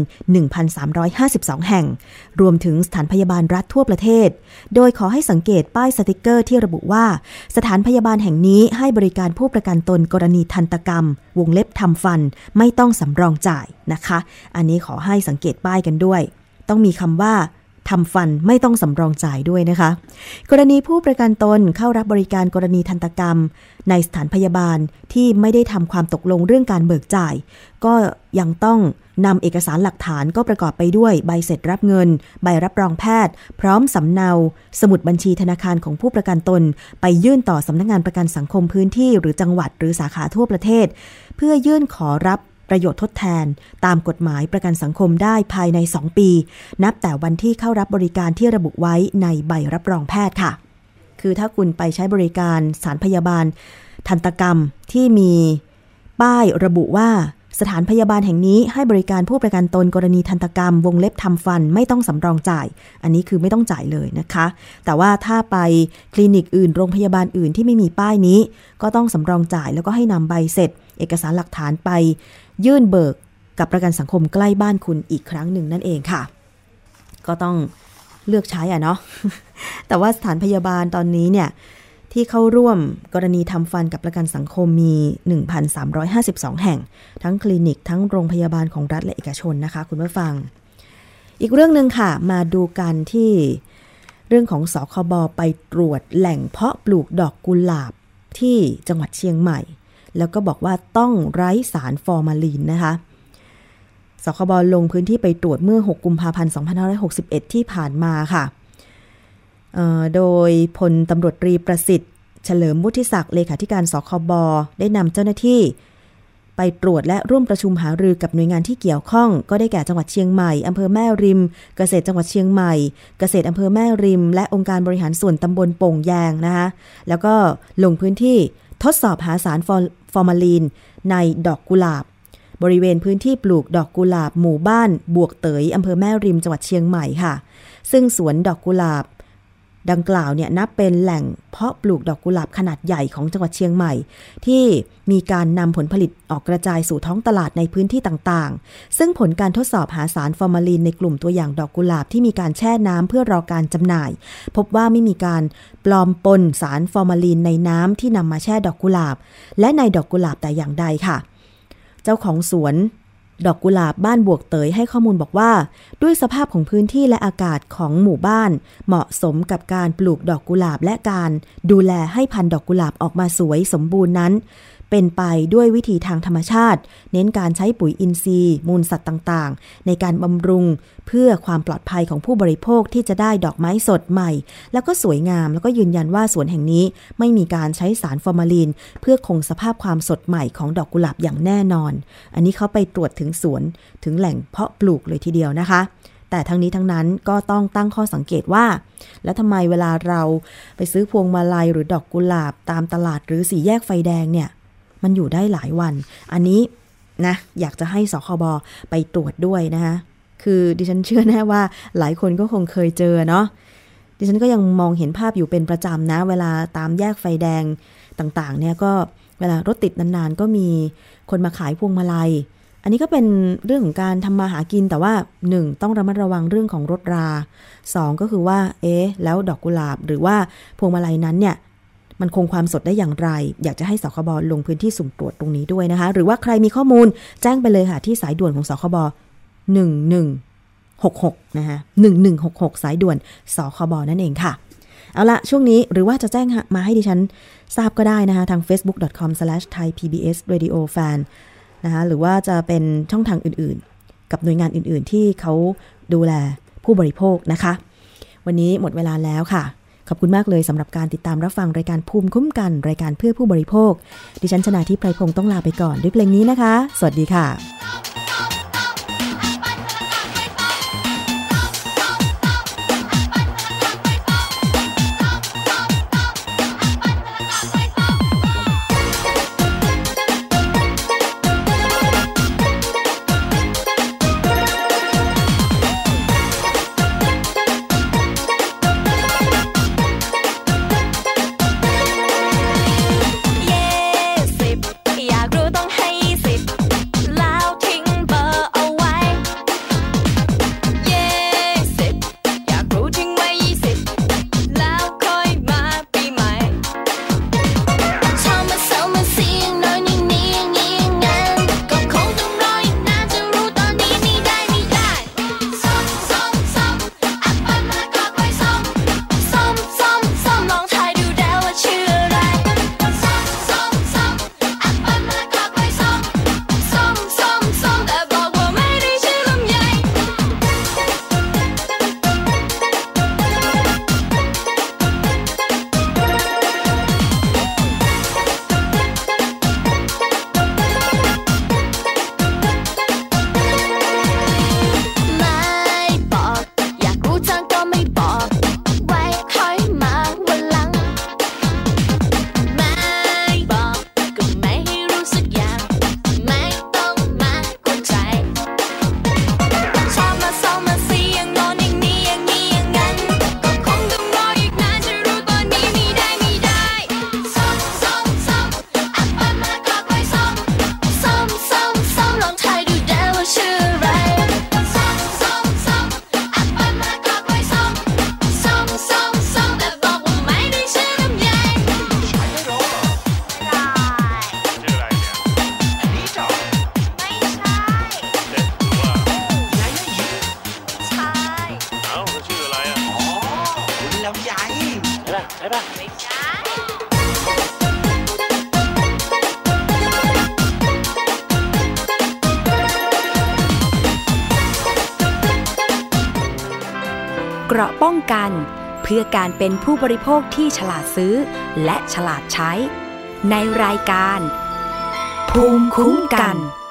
1,352 แห่งรวมถึงสถานพยาบาลรัฐทั่วประเทศโดยขอให้สังเกตป้ายสติกเกอร์ที่ระบุว่าสถานพยาบาลแห่งนี้ให้บริการผู้ประกันตนกรณีทันตกรรมวงเล็บทำฟันไม่ต้องสำรองจ่ายนะคะอันนี้ขอให้สังเกตป้ายกันด้วยต้องมีคำว่าทำฟันไม่ต้องสำรองจ่ายด้วยนะคะกรณีผู้ประกันตนเข้ารับบริการกรณีทันตกรรมในสถานพยาบาลที่ไม่ได้ทำความตกลงเรื่องการเบิกจ่ายก็ยังต้องนำเอกสารหลักฐานก็ประกอบไปด้วยใบเสร็จรับเงินใบรับรองแพทย์พร้อมสำเนาสมุดบัญชีธนาคารของผู้ประกันตนไปยื่นต่อสำนักงานประกันสังคมพื้นที่หรือจังหวัดหรือสาขาทั่วประเทศเพื่อยื่นขอรับประโยชน์ทดแทนตามกฎหมายประกันสังคมได้ภายใน2ปีนับแต่วันที่เข้ารับบริการที่ระบุไว้ในใบรับรองแพทย์ค่ะคือถ้าคุณไปใช้บริการสถานพยาบาลทันตกรรมที่มีป้ายระบุว่าสถานพยาบาลแห่งนี้ให้บริการผู้ประกันตนกรณีทันตกรรมวงเล็บทำฟันไม่ต้องสำรองจ่ายอันนี้คือไม่ต้องจ่ายเลยนะคะแต่ว่าถ้าไปคลินิกอื่นโรงพยาบาลอื่นที่ไม่มีป้ายนี้ก็ต้องสำรองจ่ายแล้วก็ให้นำใบเสร็จเอกสารหลักฐานไปยื่นเบิกกับประกันสังคมใกล้บ้านคุณอีกครั้งหนึ่งนั่นเองค่ะก็ต้องเลือกใช้เนาะ แต่ว่าสถานพยาบาลตอนนี้เนี่ยที่เข้าร่วมกรณีทำฟันกับประกันสังคมมี 1,352 แห่งทั้งคลินิกทั้งโรงพยาบาลของรัฐและเอกชนนะคะคุณผู้ฟังอีกเรื่องนึงค่ะมาดูกันที่เรื่องของสคบไปตรวจแหล่งเพาะปลูกดอกกุหลาบที่จังหวัดเชียงใหม่แล้วก็บอกว่าต้องไร้สารฟอร์มาลีนนะคะสคบลงพื้นที่ไปตรวจเมื่อ6กุมภาพันธ์2561ที่ผ่านมาค่ะโดยพลตำรวจตรีประสิทธิ์เฉลิมวุฒิศักดิ์เลขาธิการสคบได้นำเจ้าหน้าที่ไปตรวจและร่วมประชุมหารือกับหน่วยงานที่เกี่ยวข้องก็ได้แก่จังหวัดเชียงใหม่อำเภอแม่ริมเกษตรจังหวัดเชียงใหม่เกษตรอำเภอแม่ริมและองค์การบริหารส่วนตำบลโป่งแยงนะคะแล้วก็ลงพื้นที่ทดสอบหาสารฟอร์มาลีนในดอกกุหลาบบริเวณพื้นที่ปลูกดอกกุหลาบหมู่บ้านบวกเตยอำเภอแม่ริมจังหวัดเชียงใหม่ค่ะซึ่งสวนดอกกุหลาบดังกล่าวเนี่ยนับเป็นแหล่งเพาะปลูกดอกกุหลาบขนาดใหญ่ของจังหวัดเชียงใหม่ที่มีการนำผลผลิตออกกระจายสู่ท้องตลาดในพื้นที่ต่างๆซึ่งผลการทดสอบหาสารฟอร์มาลีนในกลุ่มตัวอย่างดอกกุหลาบที่มีการแช่น้ำเพื่อรอการจำหน่ายพบว่าไม่มีการปลอมปนสารฟอร์มาลีนในน้ำที่นำมาแช่ดอกกุหลาบและในดอกกุหลาบแต่อย่างใดค่ะเจ้าของสวนดอกกุหลาบบ้านบวกเตยให้ข้อมูลบอกว่าด้วยสภาพของพื้นที่และอากาศของหมู่บ้านเหมาะสมกับการปลูกดอกกุหลาบและการดูแลให้พันธุ์ดอกกุหลาบออกมาสวยสมบูรณ์นั้นเป็นไปด้วยวิธีทางธรรมชาติเน้นการใช้ปุ๋ยอินทรีย์มูลสัตว์ต่างๆในการบำรุงเพื่อความปลอดภัยของผู้บริโภคที่จะได้ดอกไม้สดใหม่แล้วก็สวยงามแล้วก็ยืนยันว่าสวนแห่งนี้ไม่มีการใช้สารฟอร์มาลีนเพื่อคงสภาพความสดใหม่ของดอกกุหลาบอย่างแน่นอนอันนี้เขาไปตรวจถึงสวนถึงแหล่งเพาะปลูกเลยทีเดียวนะคะแต่ทั้งนี้ทั้งนั้นก็ต้องตั้งข้อสังเกตว่าแล้วทำไมเวลาเราไปซื้อพวงมาลัยหรือดอกกุหลาบตามตลาดหรือสี่แยกไฟแดงเนี่ยมันอยู่ได้หลายวันอันนี้นะอยากจะให้สคบไปตรวจด้วยนะคะคือดิฉันเชื่อแน่ว่าหลายคนก็คงเคยเจอเนาะดิฉันก็ยังมองเห็นภาพอยู่เป็นประจำนะเวลาตามแยกไฟแดงต่างๆเนี่ยก็เวลารถติดนานๆก็มีคนมาขายพวงมาลัยอันนี้ก็เป็นเรื่องของการทำมาหากินแต่ว่า1ต้องระมัดระวังเรื่องของรถรา2ก็คือว่าแล้วดอกกุหลาบหรือว่าพวงมาลัยนั้นเนี่ยมันคงความสดได้อย่างไรอยากจะให้สคบลงพื้นที่สุ่มตรวจตรงนี้ด้วยนะคะหรือว่าใครมีข้อมูลแจ้งไปเลยค่ะที่สายด่วนของสคบ1166นะคะ1166สายด่วนสคบนั่นเองค่ะเอาละช่วงนี้หรือว่าจะแจ้งมาให้ดิฉันทราบก็ได้นะคะทาง facebook.com/thaipbsradiofan นะคะหรือว่าจะเป็นช่องทางอื่นๆกับหน่วยงานอื่นๆที่เขาดูแลผู้บริโภคนะคะวันนี้หมดเวลาแล้วค่ะขอบคุณมากเลยสำหรับการติดตามรับฟังรายการภูมิคุ้มกันรายการเพื่อผู้บริโภคดิฉันชนาธิป ไพรพงศ์ต้องลาไปก่อนด้วยเพลงนี้นะคะสวัสดีค่ะเกราะป้องกันเพื่อการเป็นผู้บริโภคที่ฉลาดซื้อและฉลาดใช้ในรายการภูมิคุ้มกัน